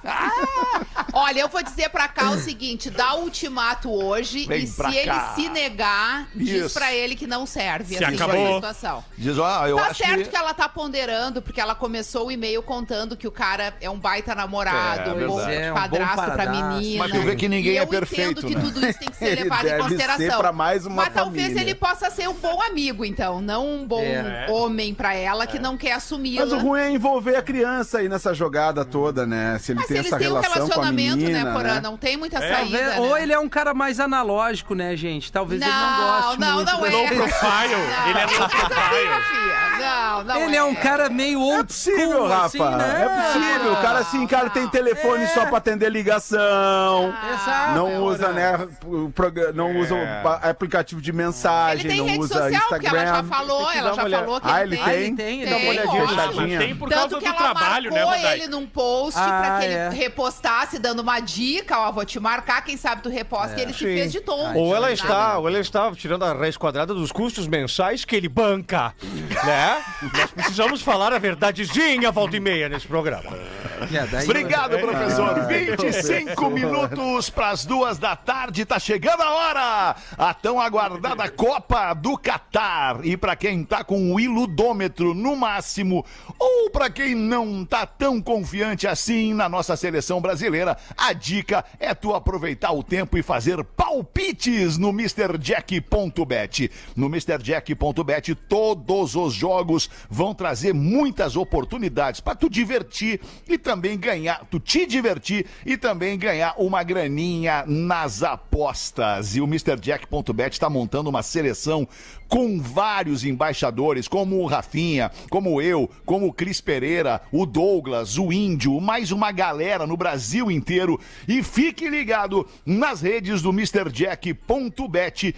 Olha, eu vou dizer pra cá o seguinte, dá o ultimato hoje Vem e se pra ele cá. se negar, diz Isso. pra ele que não serve, Se assim, acabou. essa situação. Diz, ó, eu Tá acho certo que... que... ela tá ponderando, porque ela começou o e-mail contando que o cara é um baita namorado, É, um verdade. bom É, um padrasto bom pra padrasto. menina. Mas tu vê que ninguém E é eu perfeito, entendo que né? tudo isso tem que ser Ele levado deve em consideração. ser pra mais uma Mas talvez família. ele possa ser um bom amigo, então, não um bom É. homem pra ela que não quer assumi-la. Mas o ruim é envolver a criança aí nessa jogada toda, né? Se ele Mas se tem eles essa têm um relação com a relacionamento, menina, né, Porã? né? Não tem muita Talvez- saída, Ou né? ele é um cara mais analógico, né, gente? Talvez ele não Não, goste não, muito não da- é. Low profile. Não, Ele é low não faz assim, profile. Sofia. Não, não Ele é um cara meio old É possível, school, Rafa. assim, né? É possível. O cara, assim, cara, tem telefone É. só pra atender ligação. Exato. Não usa, né? o progra- Não usa o pa- aplicativo de Ele mensagem, tem não rede usa social, que Instagram. ela já falou, Tem que ela dar já uma olhada. falou que Ah, ele ele tem. tem? Ele tem, ele Dá uma tem. olhadinha lógico. fechadinha. Tem por causa Tanto que do ela trabalho, né, marcou Rodai? ele num post Ah, pra que ele é. repostasse, dando uma dica, ó, vou te marcar, quem sabe tu reposta, e ele se Sim. fez de tonto. Ou ela Nada. está, ou ela está tirando a raiz quadrada dos custos mensais que ele banca, né? Nós precisamos falar a verdadezinha volta e meia nesse programa. É, daí- Obrigado, professor. vinte e cinco minutos para as duas da tarde. Tá chegando a hora. A tão aguardada Copa do Catar. E para quem tá com o iludômetro no máximo, ou para quem não tá tão confiante assim na nossa seleção brasileira, a dica é tu aproveitar o tempo e fazer palpites no mister jack ponto bet. No mister jack ponto bet, todos os jogos vão trazer muitas oportunidades para tu divertir e também ganhar, tu te divertir e também ganhar uma graninha nas apostas. E o mister jack ponto bet está montando uma seleção com vários embaixadores, como o Rafinha, como eu, como o Cris Pereira, o Douglas, o Índio, mais uma galera no Brasil inteiro. E fique ligado nas redes do mister jack ponto bet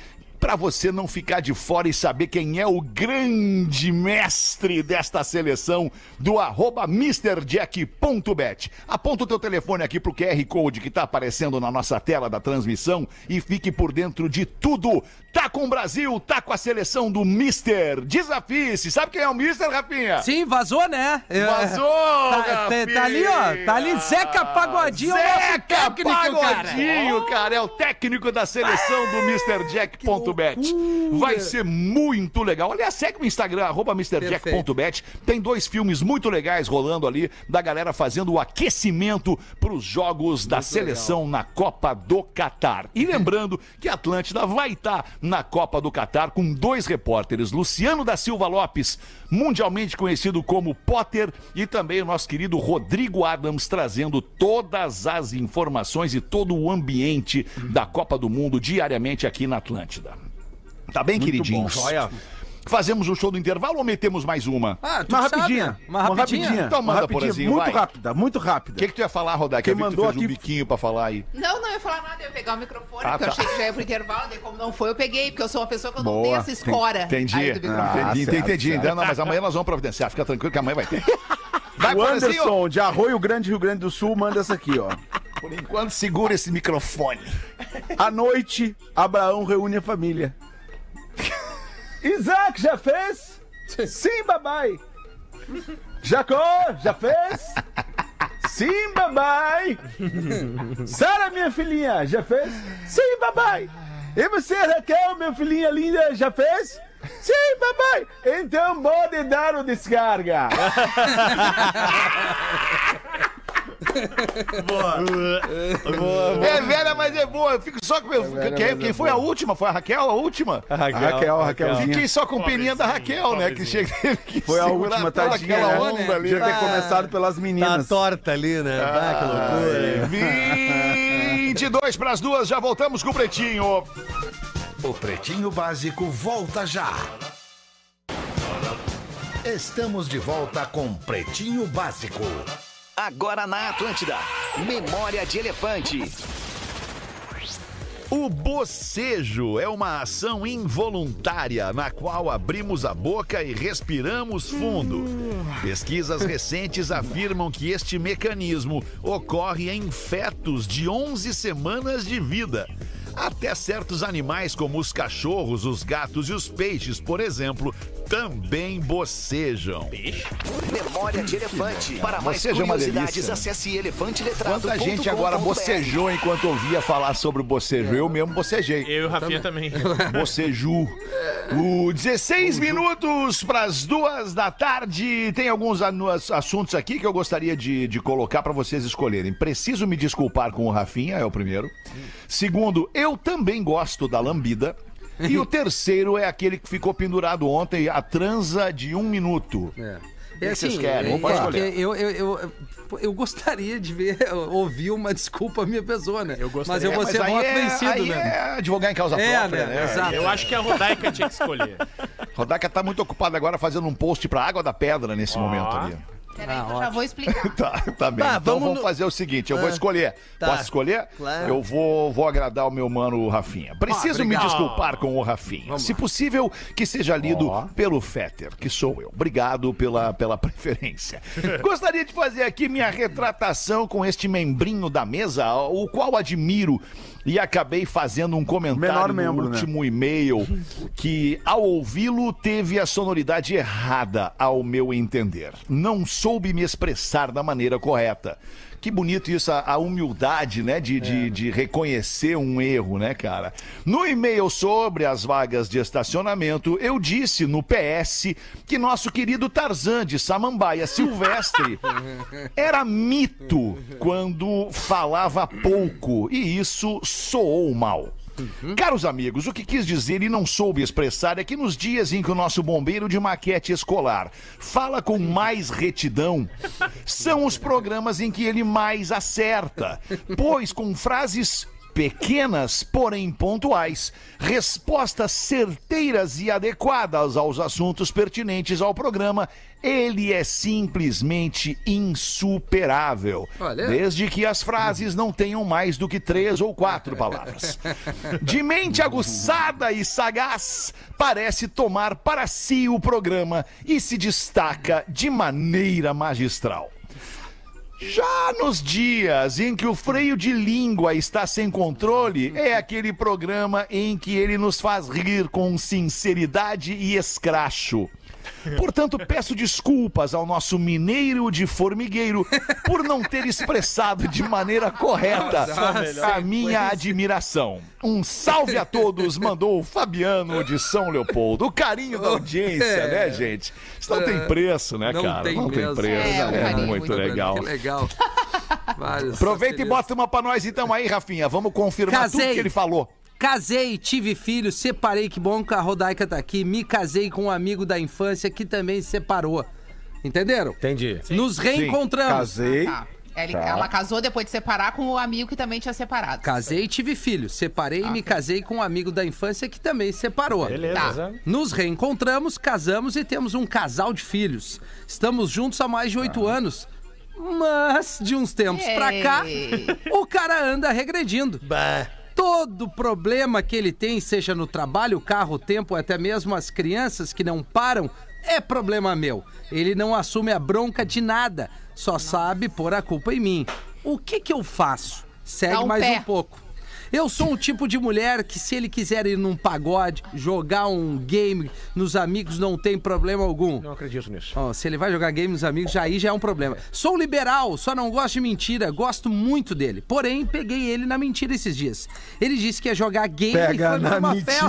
pra você não ficar de fora e saber quem é o grande mestre desta seleção do arroba misterjack.bet. Aponta o teu telefone aqui pro Q R Code que tá aparecendo na nossa tela da transmissão e fique por dentro de tudo. Tá com o Brasil, tá com a seleção do Mister. Desafie-se. Sabe quem é o Mister, Rafinha? Sim, vazou, né? Vazou, tá, Rafinha. tá ali, ó. Tá ali Zeca Pagodinho, Zeca o nosso técnico, Pagodinho, cara. cara. É o técnico da seleção do misterjack.bet. Vai ser muito legal. Aliás, segue o Instagram, arroba misterjack.bet. Tem dois filmes muito legais rolando ali, da galera fazendo o aquecimento pros jogos da seleção na Copa do Catar. E lembrando que a Atlântida vai estar na Copa do Catar com dois repórteres, Luciano da Silva Lopes, mundialmente conhecido como Potter, e também o nosso querido Rodrigo Adams, trazendo todas as informações e todo o ambiente da Copa do Mundo diariamente aqui na Atlântida. Tá bem, Muito queridinhos? bom, joia. Fazemos um show do intervalo ou metemos mais uma? Ah, tu Uma sabe, rapidinha. né? Uma rapidinha. Então manda, Uma rapidinha, Porazinho, muito vai. rápida, muito rápida. O que, que tu ia falar, Rodaica? Quem Eu vi que tu mandou fez um aqui- biquinho pra falar aí. Não, não ia falar nada, eu ia pegar o microfone, Ah, porque tá. eu achei que já ia pro intervalo, daí como não foi, eu peguei, porque eu sou uma pessoa que eu não Boa. tenho essa escora Entendi. aí do microfone. Ah, entendi, certo, entendi. certo. Não, mas amanhã nós vamos providenciar. Fica tranquilo que amanhã vai ter. Vai, O Porazinho. Anderson, de Arroio Grande, Rio Grande do Sul, manda essa aqui, ó. Por enquanto, segura esse microfone. À noite, Abraão reúne a família. Isaac, já fez? Sim, babai. Jacó, já fez? Sim, babai. Sara, minha filhinha, já fez? Sim, babai. E você, Raquel, minha filhinha linda, já fez? Sim, babai. Então pode dar o descarga. É velha, mas é boa. Eu fico só com. quem quem foi a última? Foi a Raquel, a última? A Raquel, A Raquel, a Raquelzinha. Fiquei só com peninha da Raquel, né? Que chega teve que Foi a segurar última, toda tadinha, aquela né? onda ali. Devia ter começado pelas Tá meninas. torta ali, né? Ah, que loucura. vinte e dois para as duas, já voltamos com o Pretinho. O Pretinho Básico volta já. Estamos de volta com Pretinho Básico. Agora na Atlântida, Memória de Elefante. O bocejo é uma ação involuntária na qual abrimos a boca e respiramos fundo. Pesquisas recentes afirmam que este mecanismo ocorre em fetos de onze semanas de vida. Até certos animais, como os cachorros, os gatos e os peixes, por exemplo, também bocejam. Memória de Elefante. Para mais Bocejo é uma curiosidades, delícia. acesse elefante letrado ponto com ponto Quanta br. gente agora bocejou enquanto ouvia falar sobre o bocejo. Eu mesmo bocejei. Eu e o Rafinha também. Boceju. O dezesseis minutos para as duas da tarde. Tem alguns anu- assuntos aqui que eu gostaria de, de colocar para vocês escolherem. Preciso me desculpar com o Rafinha, é o primeiro. Segundo, eu também gosto da lambida. E o terceiro é aquele que ficou pendurado ontem, a transa de um minuto. É. que É vocês assim, querem? é, Pode é, escolher. eu, eu, eu, eu gostaria de ver, ouvir uma desculpa à minha pessoa, né? Eu Mas eu gostaria. vou É, ser mas aí voto é, vencido, aí né? é advogar em causa É, própria, né? né? Exato. Eu acho que a Rodaica tinha que escolher. Rodaica tá muito ocupada agora fazendo um post pra Água da Pedra nesse momento ali. Peraí, Ah, que eu já vou explicar. Tá, tá bem. Tá, então vamos vamos no- fazer o seguinte, eu vou Ah, escolher. tá. Posso escolher? Claro. Eu vou, vou agradar o meu mano Rafinha. Preciso Ah, me obrigado. desculpar com o Rafinha. Se possível, que seja lido Ó. pelo Fetter, que sou eu. Obrigado pela, pela preferência. Gostaria de fazer aqui minha retratação com este membrinho da mesa, o qual admiro, e acabei fazendo um comentário Menor no membro, né? último e-mail que, ao ouvi-lo, teve a sonoridade errada, ao meu entender. Não soube me expressar da maneira correta. Que bonito isso, a, a humildade, né, de, de, de reconhecer um erro, né, cara? No e-mail sobre as vagas de estacionamento, eu disse no P S que nosso querido Tarzan de Samambaia Silvestre era mito quando falava pouco, e isso soou mal. Caros amigos, o que quis dizer e não soube expressar é que nos dias em que o nosso bombeiro de maquete escolar fala com mais retidão, são os programas em que ele mais acerta, pois com frases pequenas, porém pontuais, respostas certeiras e adequadas aos assuntos pertinentes ao programa, ele é simplesmente insuperável. Olha. Desde que as frases não tenham mais do que três ou quatro palavras. De mente aguçada e sagaz, parece tomar para si o programa e se destaca de maneira magistral. Já nos dias em que o freio de língua está sem controle, é aquele programa em que ele nos faz rir com sinceridade e escracho. Portanto, peço desculpas ao nosso mineiro de formigueiro por não ter expressado de maneira correta a minha admiração. Um salve a todos, mandou o Fabiano de São Leopoldo. O carinho da audiência, né, gente? Isso não tem preço, né, Não cara? tem Não tem mesmo. preço. É, um É, carinho muito muito legal. Que legal. Vários Aproveita e parcerias. bota uma pra nós então aí, Rafinha. Vamos confirmar Casei. tudo que ele falou. Casei, tive filho, separei, que bom que a Rodaica tá aqui. Me casei com um amigo da infância que também se separou. Entenderam? Entendi. Nos reencontramos. Casei. Tá. Ele- Tá. Ela casou depois de separar com o amigo que também tinha separado. Casei e tive filho. Separei e me casei com um amigo da infância que também se separou. Beleza. Tá. Nos reencontramos, casamos e temos um casal de filhos. Estamos juntos há mais de oito anos. Mas, de uns tempos pra cá, Ei. o cara anda regredindo. Todo problema que ele tem, seja no trabalho, carro, tempo, até mesmo as crianças que não param, é problema meu. Ele não assume a bronca de nada, só sabe pôr a culpa em mim. O que que eu faço? Segue Dá um mais pé. um pouco. Eu sou um tipo de mulher que, se ele quiser ir num pagode, jogar um game nos amigos, não tem problema algum. Não acredito nisso. Ó, se ele vai jogar game nos amigos, já aí já é um problema. Sou liberal, só não gosto de mentira, gosto muito dele. Porém, peguei ele na mentira esses dias. Ele disse que ia jogar game e Pega foi pra na uma mentira.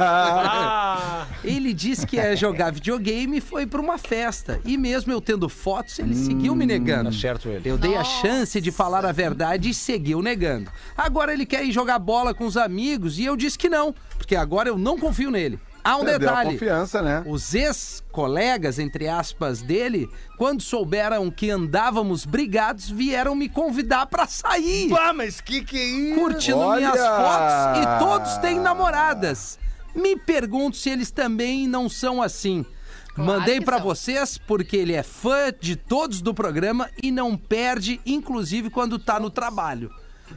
festa. Ele disse que ia jogar videogame e foi pra uma festa. E mesmo eu tendo fotos, ele seguiu me negando. Tá certo ele. Eu dei a chance de falar a verdade e seguiu negando. Agora ele quer ir jogar bola com os amigos e eu disse que não, porque agora eu não confio nele. Há um Perdeu a detalhe. confiança, né? Os ex-colegas, entre aspas, dele, quando souberam que andávamos brigados, vieram me convidar pra sair. Ah, mas que que é isso? Curtindo Olha! minhas fotos e todos têm namoradas. Me pergunto se eles também não são assim. Claro Mandei que pra são. vocês porque ele é fã de todos do programa e não perde, inclusive quando tá no trabalho.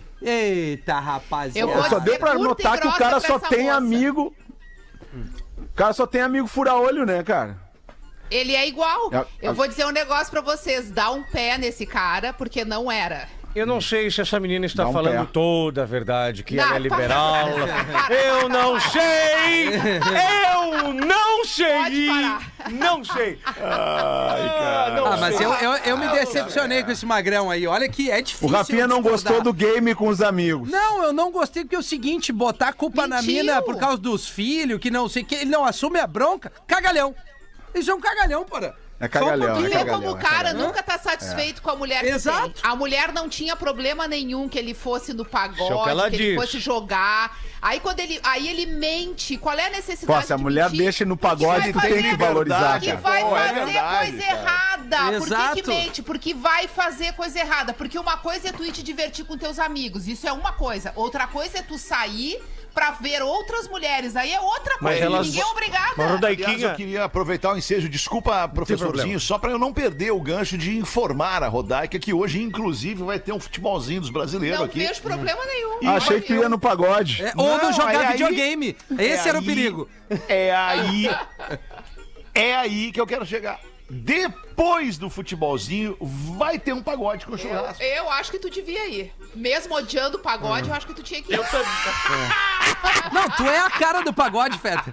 Eita, rapaziada. Eu vou Só dizer deu pra curta e notar que o grossa cara pra só essa tem moça. amigo. O cara só tem amigo fura-olho, né, cara? Ele é igual. É- Eu vou dizer um negócio pra vocês. Dá um pé nesse cara, porque não era. Eu não sei se essa menina está Dá um falando pé. toda a verdade, que Não, ela é liberal. para. Eu não sei! Eu não sei! Pode parar. Não sei! Ai, não Ah, mas sei. eu, eu, eu me decepcionei com esse magrão aí. Olha que é difícil. O Rafinha eu não discordar. gostou do game com os amigos. Não, eu não gostei porque é o seguinte, botar a culpa na Mentiu. mina por causa dos filhos, que não sei o que, ele não assume a bronca, cagalhão. Isso é um cagalhão, porra. É cagalhão, Só um Tu é vê cagalhão, como o é cara cagalhão. nunca tá satisfeito com a mulher que Exato. tem. A mulher não tinha problema nenhum que ele fosse no Isso é o pagode, que ela que ele diz. fosse jogar. Aí quando ele, aí ele mente. Qual é a necessidade Pô, se a de mulher mentir? deixa no Porque pagode, vai tu tem fazer- que valorizar, Que cara. vai Pô, é fazer verdade, coisa cara. errada. Por que Exato. que mente? Porque vai fazer coisa errada. Porque uma coisa é tu ir te divertir com teus amigos. Isso é uma coisa. Outra coisa é tu sair pra ver outras mulheres. Aí é outra Mas coisa. elas- Ninguém é obrigada. Mas, Rodaiquinha- Aliás, eu queria aproveitar o ensejo, desculpa, professorzinho, problema. só pra eu não perder o gancho de informar a Rodaica que hoje, inclusive, vai ter um futebolzinho dos brasileiros Não aqui. vejo problema nenhum. Ah, achei que tu ia no pagode. É, ou Não, não jogar é aí- videogame. Esse É era o aí- perigo. É aí. É aí que eu quero chegar. Depois do futebolzinho, vai ter um pagode com churrasco. Eu acho que tu devia ir. Mesmo odiando o pagode, eu acho que tu tinha que ir. Não, tu é a cara do pagode, Feta.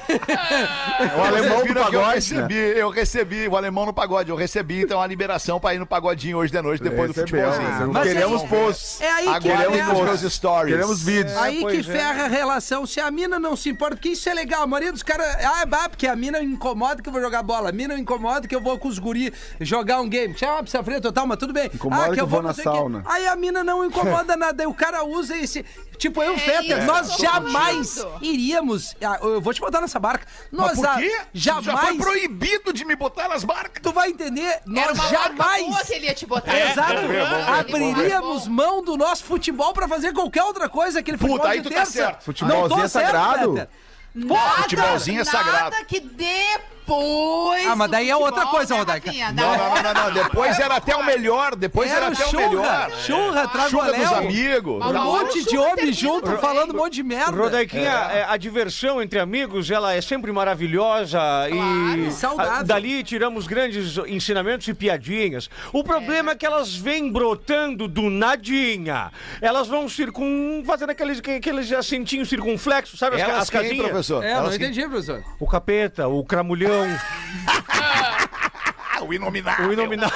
O alemão Vocês do viram que eu pagode, né? recebi, eu recebi, o alemão no pagode, eu recebi então a liberação pra ir no pagodinho hoje de noite, depois do Recebeu. futebolzinho. Mas Queremos aí- posts. É aí que Agora Queremos nos ferra. posts. meus stories. Queremos vídeos. Aí que pois é. ferra a relação. Se a mina não se importa, porque isso é legal. A maioria dos caras. Ah, bah, porque a mina incomoda que eu vou jogar bola. A mina incomoda que eu vou com os guri jogar um game. Chama pra frente total, mas tudo bem. Incomoda ah, que eu vou não na sei o quê. sauna. Aí a mina não incomoda nada. Aí o cara usa esse. Tipo, eu, É Feta, isso, nós eu tô jamais iríamos... Ah, eu vou te botar nessa barca. Nós Mas por quê? a- jamais... Já foi proibido de me botar nas barcas. Tu vai entender, nós Era uma marca boa jamais... que ele ia te botar. Exato. É, Abriríamos mão do nosso futebol pra fazer qualquer outra coisa, aquele futebol Puta, aí de tu tá terça. certo. Futebolzinho Não tô é certo, sagrado. Peter. Nada, Futebolzinho é sagrado. Nada que depois... Ah, mas daí é do outra futebol, coisa, né, Rodaica. Rafinha? Não, não, não, não, não. Depois era até o melhor. Depois era, Era até o churra, melhor. churra, trago Churra dos Léo. amigos. Mas Um Tá o monte de Churra homem termina junto também. falando um monte de merda. Rodaiquinha, é, a diversão entre amigos, ela é sempre maravilhosa e Claro. Saudável. a- dali tiramos grandes ensinamentos e piadinhas. O problema é, que elas vêm brotando do nadinha. Elas vão circun... fazendo aqueles, aqueles assentinhos circunflexos, sabe? As, Elas as quem, casinhas. professor? É, eu não Elas quem? entendi, professor. O capeta, o cramulhão, Ah, o inominável. o inominável.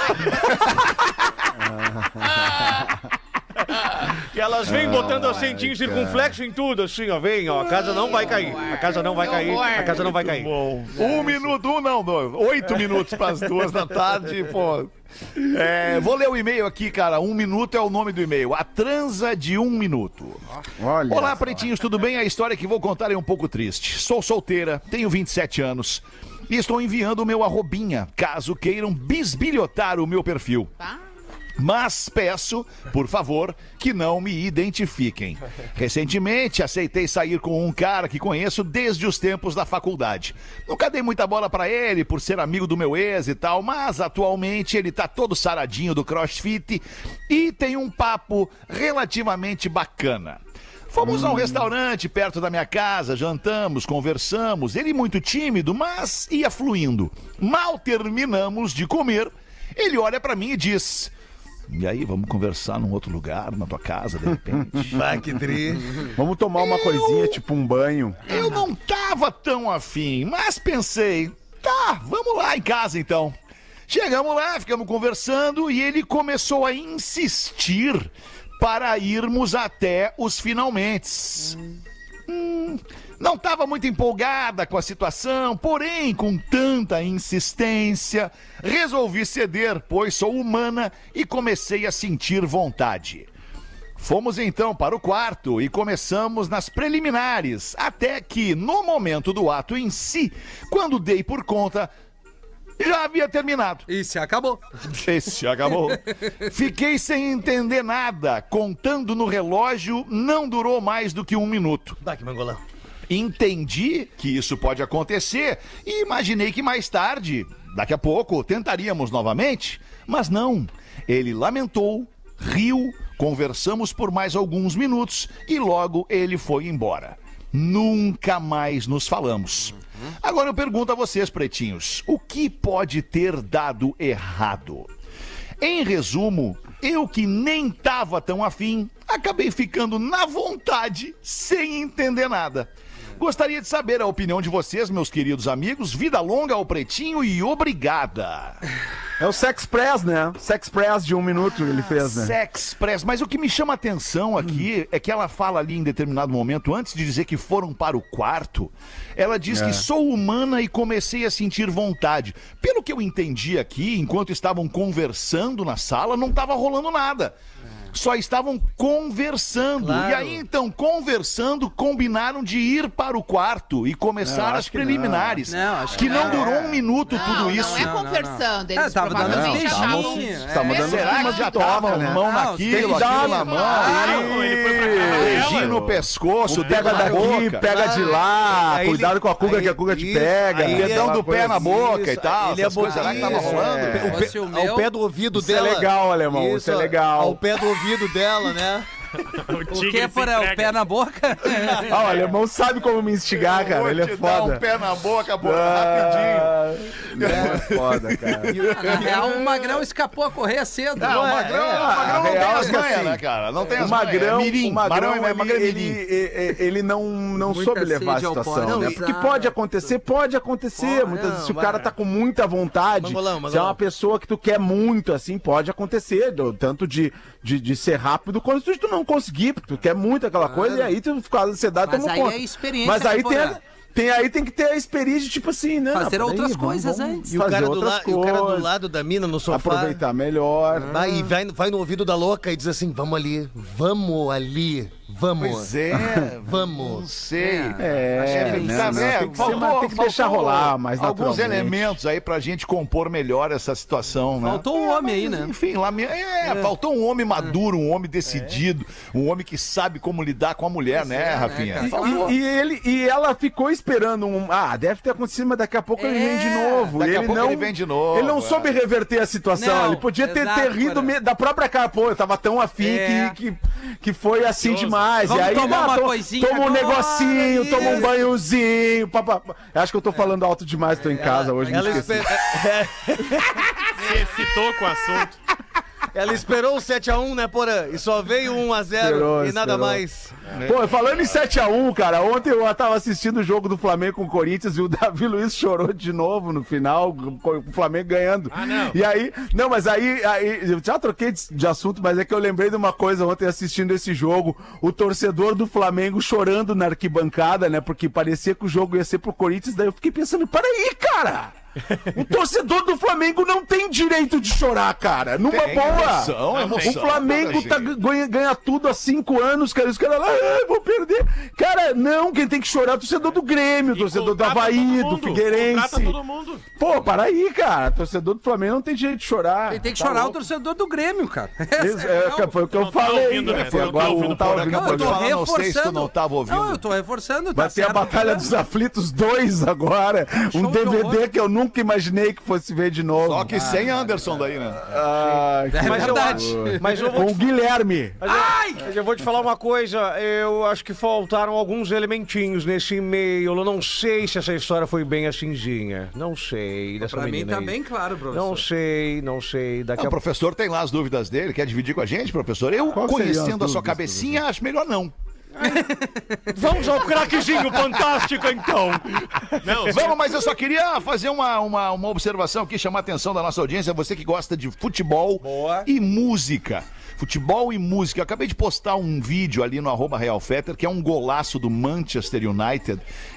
E elas vêm botando assentinho circunflexo em tudo, assim, ó. Vem, ó. A casa não vai cair. A casa não vai cair. A casa não vai cair. Bom, um minuto, um não, dois. Oito minutos para as duas da tarde, pô. É, vou ler o e-mail aqui, cara. Um minuto é o nome do e-mail. A transa de um minuto. Olha. Olá, pretinhos, tudo bem? A história que vou contar é um pouco triste. Sou solteira, tenho vinte e sete anos e estou enviando o meu arrobinha, caso queiram bisbilhotar o meu perfil. Tá? Mas peço, por favor, que não me identifiquem. Recentemente, aceitei sair com um cara que conheço desde os tempos da faculdade. Nunca dei muita bola pra ele, por ser amigo do meu ex e tal, mas atualmente ele tá todo saradinho do CrossFit e tem um papo relativamente bacana. Fomos a um restaurante perto da minha casa, jantamos, conversamos, ele muito tímido, mas ia fluindo. Mal terminamos de comer, ele olha pra mim e diz... E aí, vamos conversar num outro lugar, na tua casa, de repente? Vai, que tri. Vamos tomar uma coisinha, tipo um banho. Eu não tava tão afim, mas pensei, tá, vamos lá em casa então. Chegamos lá, ficamos conversando e ele começou a insistir para irmos até os finalmentes. Hum, não estava muito empolgada com a situação, porém, com tanta insistência, resolvi ceder, pois sou humana e comecei a sentir vontade. Fomos então para o quarto e começamos nas preliminares, até que, no momento do ato em si, quando dei por conta, já havia terminado. E se acabou. Esse acabou. Fiquei sem entender nada. Contando no relógio, não durou mais do que um minuto. Vai, que mangolão. Entendi que isso pode acontecer e imaginei que mais tarde, daqui a pouco, tentaríamos novamente. Mas não. Ele lamentou, riu, conversamos por mais alguns minutos e logo ele foi embora. Nunca mais nos falamos. Agora eu pergunto a vocês, pretinhos, o que pode ter dado errado? Em resumo, eu que nem tava tão afim, acabei ficando na vontade, sem entender nada. Gostaria de saber a opinião de vocês, meus queridos amigos. Vida longa ao Pretinho e obrigada. É o Sex Press, né? Sex Press de um minuto ele fez, né? Sex Press, mas o que me chama a atenção aqui é que ela fala ali em determinado momento, antes de dizer que foram para o quarto, ela diz É. que sou humana e comecei a sentir vontade. Pelo que eu entendi aqui, enquanto estavam conversando na sala, não estava rolando nada. Só estavam conversando. Claro. E aí, então, conversando, combinaram de ir para o quarto e começar Não, as acho que não. preliminares. Não, acho que que não não. durou um minuto Não, tudo não isso. é Não, não, conversando. não. Eles É, tava dando provavelmente uns achavam... beijinhos, é. Tava dando Será que umas já toca, estavam né? mão Não, naquilo, tem que dar aquilo uma- na mão? Claro, ele foi pra cá. Beijinho no pescoço, O pega dedo na daqui, boca. pega de lá, Aí cuidado ele- com a cuga aí- que a cuga te isso, pega. aí Dedão aquela do pé coisa na assim. boca e tal. Ele Essas é coisas, será que tava isso, rolando? é. O Fosse o pé- meu- Ao pé do ouvido Isso é dela. legal, alemão, isso é legal. Ao pé do ouvido dela, né? O que é por o pé na boca? Ah, o alemão sabe como me instigar, cara. Vou Ele é te dar foda. um pé na boca, pô, rapidinho. Ah, é foda, cara. Na real, o Magrão escapou a correr cedo. Ah, o Magrão, o Magrão não tem real as é que manhas, assim, né, cara? Não tem O as Magrão, manhas. É mirim. o Magrão, Magrão é ele, Magrão é ele, mirim. ele, ele não, não Muita soube levar a sede ao situação, pote. né? Não, Porque exato. pode acontecer, pode acontecer. Pode, Muitas vezes, se o não, cara vai. tá com muita vontade, Mangolão, se é mangolão. uma pessoa que tu quer muito, assim, pode acontecer. do- Tanto de, de, de ser rápido, quanto de tu não conseguir, porque tu quer muito aquela coisa, e aí tu fica ansiedade, Mas toma aí conta. é experiência, Mas aí né, tem, Porã? tem, aí tem que ter a experiência, tipo assim, né? Fazer Não, outras peraí, vamos- coisas vamos antes. E o, fazer cara do outras la... e o cara do coisas, lado da mina no sofá. aproveitar melhor. Vai, e vai, vai no ouvido da louca e diz assim: vamos ali, vamos ali, Vamos. Pois é, Vamos. Não sei. É, Achei que não, tá, não, né? tem que ser, mas tem que deixar faltou rolar mais alguns naturalmente. elementos aí pra gente compor melhor essa situação, né? Faltou um homem aí, né? Enfim, lá, me- é, faltou um homem maduro, um homem decidido, um homem que sabe como lidar com a mulher, né, é, Rafinha? né, cara? Faltou. E, e ele, e ela ficou esperando um. Ah, deve ter acontecido, mas daqui a pouco ele É, vem de novo. daqui E a ele pouco não, ele vem de novo, Ele não é. soube reverter a situação. Não, ele podia ter, exato, ter rido cara. me- da própria cara. Pô, eu tava tão afim É. que, que, que foi assim demais. Vamos e aí, tomar ah, uma to- coisinha toma um agora, negocinho, toma um isso. banhozinho. Papapá. Eu acho que eu tô falando alto demais, tô em casa hoje. me Ela, esqueci. espe- Se excitou com o assunto. ela esperou o sete a um, né, Porã? E só veio um a zero Esperou, e nada esperou. mais. Pô, falando em sete a um, cara, ontem eu tava assistindo o jogo do Flamengo com o Corinthians e o Davi Luiz chorou de novo no final, com o Flamengo ganhando. Ah, não. E aí, não, mas aí, aí eu já troquei de, de assunto, mas é que eu lembrei de uma coisa ontem assistindo esse jogo, o torcedor do Flamengo chorando na arquibancada, né, porque parecia que o jogo ia ser pro Corinthians, daí eu fiquei pensando, peraí, cara! O torcedor do Flamengo não tem direito de chorar, cara. Numa Tem boa. emoção, emoção, o Flamengo cara, tá, gente. ganha, ganha tudo há cinco anos, cara. Os caras lá, ah, vou perder. Cara, não, quem tem que chorar é o torcedor do Grêmio, o torcedor do Contrata Havaí, todo do mundo, Figueirense. contrata todo mundo. Pô, para aí, cara. O torcedor do Flamengo não tem direito de chorar. Ele tem que Tá chorar o louco. torcedor do Grêmio, cara. Isso, é, Não, foi o que eu não tá falei. ouvindo, né? Foi Não tá agora ouvindo não tá o ouvindo. programa. Não, eu tô Falar, não sei se tu reforçando. não tava ouvindo. Não, eu tô reforçando, tá Vai ter a certo. Batalha dos Aflitos dois agora. Um Show de D V D horror. que eu nunca imaginei que fosse ver de novo. Só que sem Anderson daí, né? Ah, que É Mas eu verdade. acho- Mas eu vou Com o Guilherme. Mas eu, mas eu vou te falar uma coisa, eu acho que faltaram alguns elementinhos nesse e-mail. Eu não sei se essa história foi bem assimzinha. Não sei. Dessa Pra mim menina tá aí. bem claro, professor. Não sei, não sei. Daqui Não, a o professor tem lá as dúvidas dele, quer dividir com a gente, professor? Eu, Qual seriam conhecendo a as sua dúvidas, cabecinha, acho melhor não. Vamos ao craquezinho fantástico, então. Não, Vamos, mas eu só queria fazer uma, uma, uma observação aqui, chamar a atenção da nossa audiência, você que gosta de futebol Boa. e música. Futebol e música. Eu acabei de postar um vídeo ali no arroba Real Fetter, que é um golaço do Manchester United.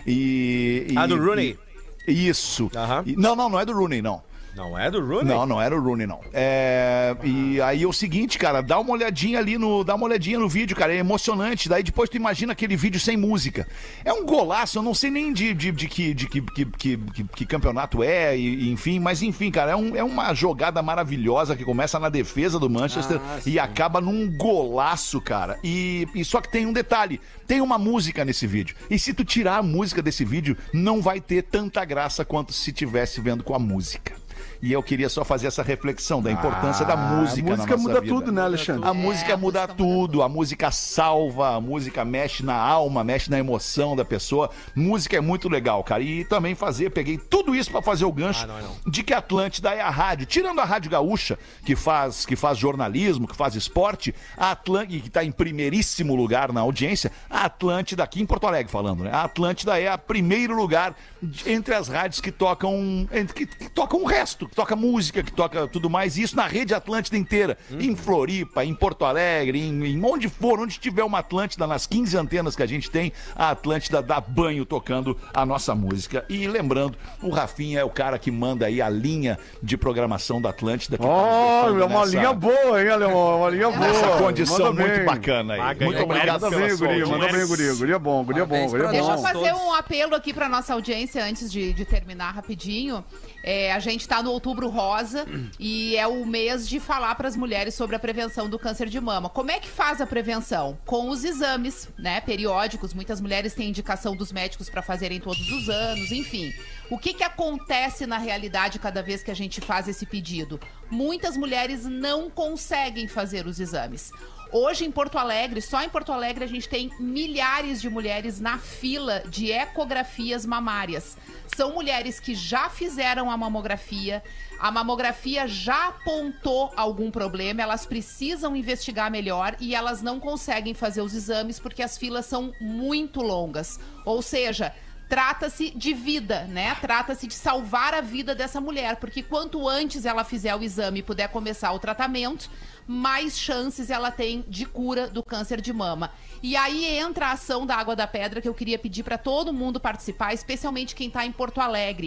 E, e- Ah, do Rooney? e- isso. Aham. E- não, não, não é do Rooney, não. Não é do Rooney? Não, não era o Rooney, não. É, e aí é o seguinte, cara, dá uma olhadinha ali no. Dá uma olhadinha no vídeo, cara. É emocionante. Daí depois tu imagina aquele vídeo sem música. É um golaço, eu não sei nem de, de, de, que, de que, que, que, que- que campeonato é, e, enfim, mas enfim, cara, é, um, é uma jogada maravilhosa que começa na defesa do Manchester Ah, e acaba num golaço, cara. E, e só que tem um detalhe: tem uma música nesse vídeo. E se tu tirar a música desse vídeo, não vai ter tanta graça quanto se tivesse vendo com a música. E eu queria só fazer essa reflexão da importância da música A música na nossa muda vida. tudo, né, Alexandre? A música É, a muda música muda tudo, a música salva, a música mexe na alma, mexe na emoção da pessoa. Música é muito legal, cara. E também fazer, peguei tudo isso pra fazer o gancho de que a Atlântida é a rádio. Tirando a Rádio Gaúcha, que faz, que faz jornalismo, que faz esporte, a Atlântida, que tá em primeiríssimo lugar na audiência, a Atlântida, aqui em Porto Alegre falando, né? A Atlântida é a primeiro lugar de- entre as rádios que tocam, entre- que, que tocam o resto, que toca música, que toca tudo mais, e isso na rede Atlântida inteira, em Floripa, em Porto Alegre, em, em onde for, onde tiver uma Atlântida, nas quinze antenas que a gente tem, a Atlântida dá banho tocando a nossa música. E lembrando, o Rafinha é o cara que manda aí a linha de programação da Atlântida. Que tá nos Ó, botando é uma nessa- linha boa, hein, Alemão? Uma linha boa. Nessa condição Manda muito bem. bacana aí. Ah, ganhou Muito obrigado Manda pela bem, sua guri, manda audiência. bem, guri. Guri é bom, guri é bom, Parabéns guri é pra Deixa eu bom. nós. fazer todos. um apelo aqui para nossa audiência antes de, de terminar rapidinho. É, a gente está no Outubro Rosa e é o mês de falar para as mulheres sobre a prevenção do câncer de mama. Como é que faz a prevenção? Com os exames, né, periódicos. Muitas mulheres têm indicação dos médicos para fazerem todos os anos, enfim. O que, que acontece na realidade cada vez que a gente faz esse pedido? Muitas mulheres não conseguem fazer os exames. Hoje em Porto Alegre, só em Porto Alegre, a gente tem milhares de mulheres na fila de ecografias mamárias. São mulheres que já fizeram a mamografia, a mamografia já apontou algum problema, elas precisam investigar melhor e elas não conseguem fazer os exames porque as filas são muito longas. Ou seja, trata-se de vida, né? Trata-se de salvar a vida dessa mulher, porque quanto antes ela fizer o exame e puder começar o tratamento, mais chances ela tem de cura do câncer de mama. E aí entra a ação da Água da Pedra, que eu queria pedir para todo mundo participar, especialmente quem está em Porto Alegre.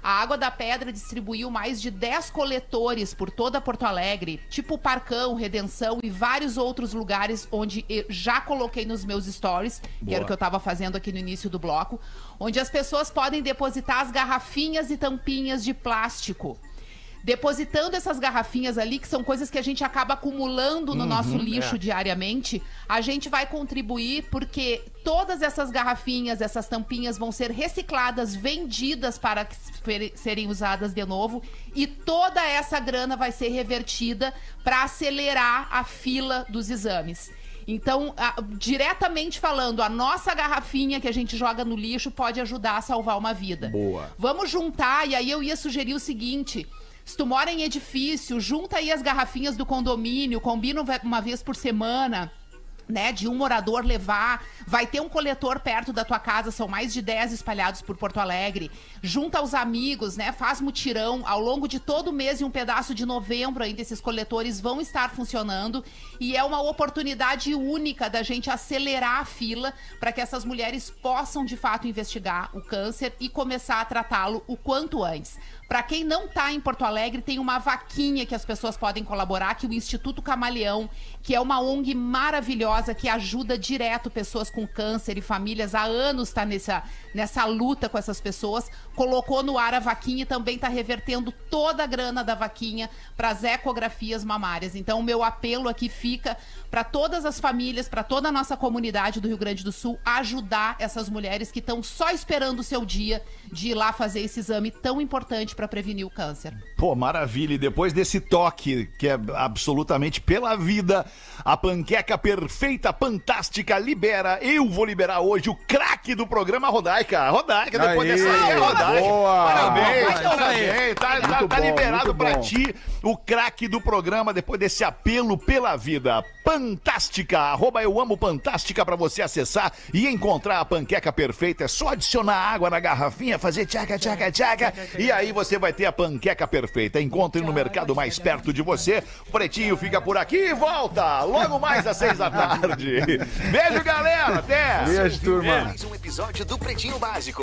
A Água da Pedra distribuiu mais de dez coletores por toda Porto Alegre, tipo Parcão, Redenção e vários outros lugares onde eu já coloquei nos meus stories, Boa. que era o que eu tava fazendo aqui no início do bloco, onde as pessoas podem depositar as garrafinhas e tampinhas de plástico. Depositando essas garrafinhas ali, que são coisas que a gente acaba acumulando no uhum, nosso lixo é. diariamente, a gente vai contribuir porque todas essas garrafinhas, essas tampinhas vão ser recicladas, vendidas para serem usadas de novo e toda essa grana vai ser revertida para acelerar a fila dos exames. Então, a, diretamente falando, a nossa garrafinha que a gente joga no lixo pode ajudar a salvar uma vida. Boa. Vamos juntar, e aí eu ia sugerir o seguinte... Se tu mora em edifício, junta aí as garrafinhas do condomínio, combina uma vez por semana, né, de um morador levar, vai ter um coletor perto da tua casa, são mais de dez espalhados por Porto Alegre, junta os amigos, né, faz mutirão, ao longo de todo o mês e um pedaço de novembro ainda esses coletores vão estar funcionando e é uma oportunidade única da gente acelerar a fila para que essas mulheres possam de fato investigar o câncer e começar a tratá-lo o quanto antes. Para quem não está em Porto Alegre, tem uma vaquinha que as pessoas podem colaborar, que o Instituto Camaleão, que é uma O N G maravilhosa que ajuda direto pessoas com câncer e famílias, há anos está nessa, nessa luta com essas pessoas, colocou no ar a vaquinha e também está revertendo toda a grana da vaquinha para as ecografias mamárias. Então o meu apelo aqui fica para todas as famílias, para toda a nossa comunidade do Rio Grande do Sul, ajudar essas mulheres que estão só esperando o seu dia de ir lá fazer esse exame tão importante para prevenir o câncer. Pô, maravilha. E depois desse toque, que é absolutamente pela vida, a panqueca perfeita, fantástica, libera. Eu vou liberar hoje o craque do programa, Rodaica. Rodaica, depois Aí, dessa aí, é Rodaica. Boa. Parabéns, Boa, parabéns. Tá, tá, muito tá bom, liberado muito pra bom. ti o craque do programa, depois desse apelo pela vida. Fantástica, arroba eu amo Fantástica pra você acessar e encontrar a panqueca perfeita. É só adicionar água na garrafinha, fazer tchaca, tchaca, tchaca, e aí você vai ter a panqueca perfeita. Encontre no mercado mais perto de você. O Pretinho fica por aqui e volta logo mais às seis da tarde. Beijo, galera. Até. Beijo, turma. Mais um episódio do Pretinho Básico.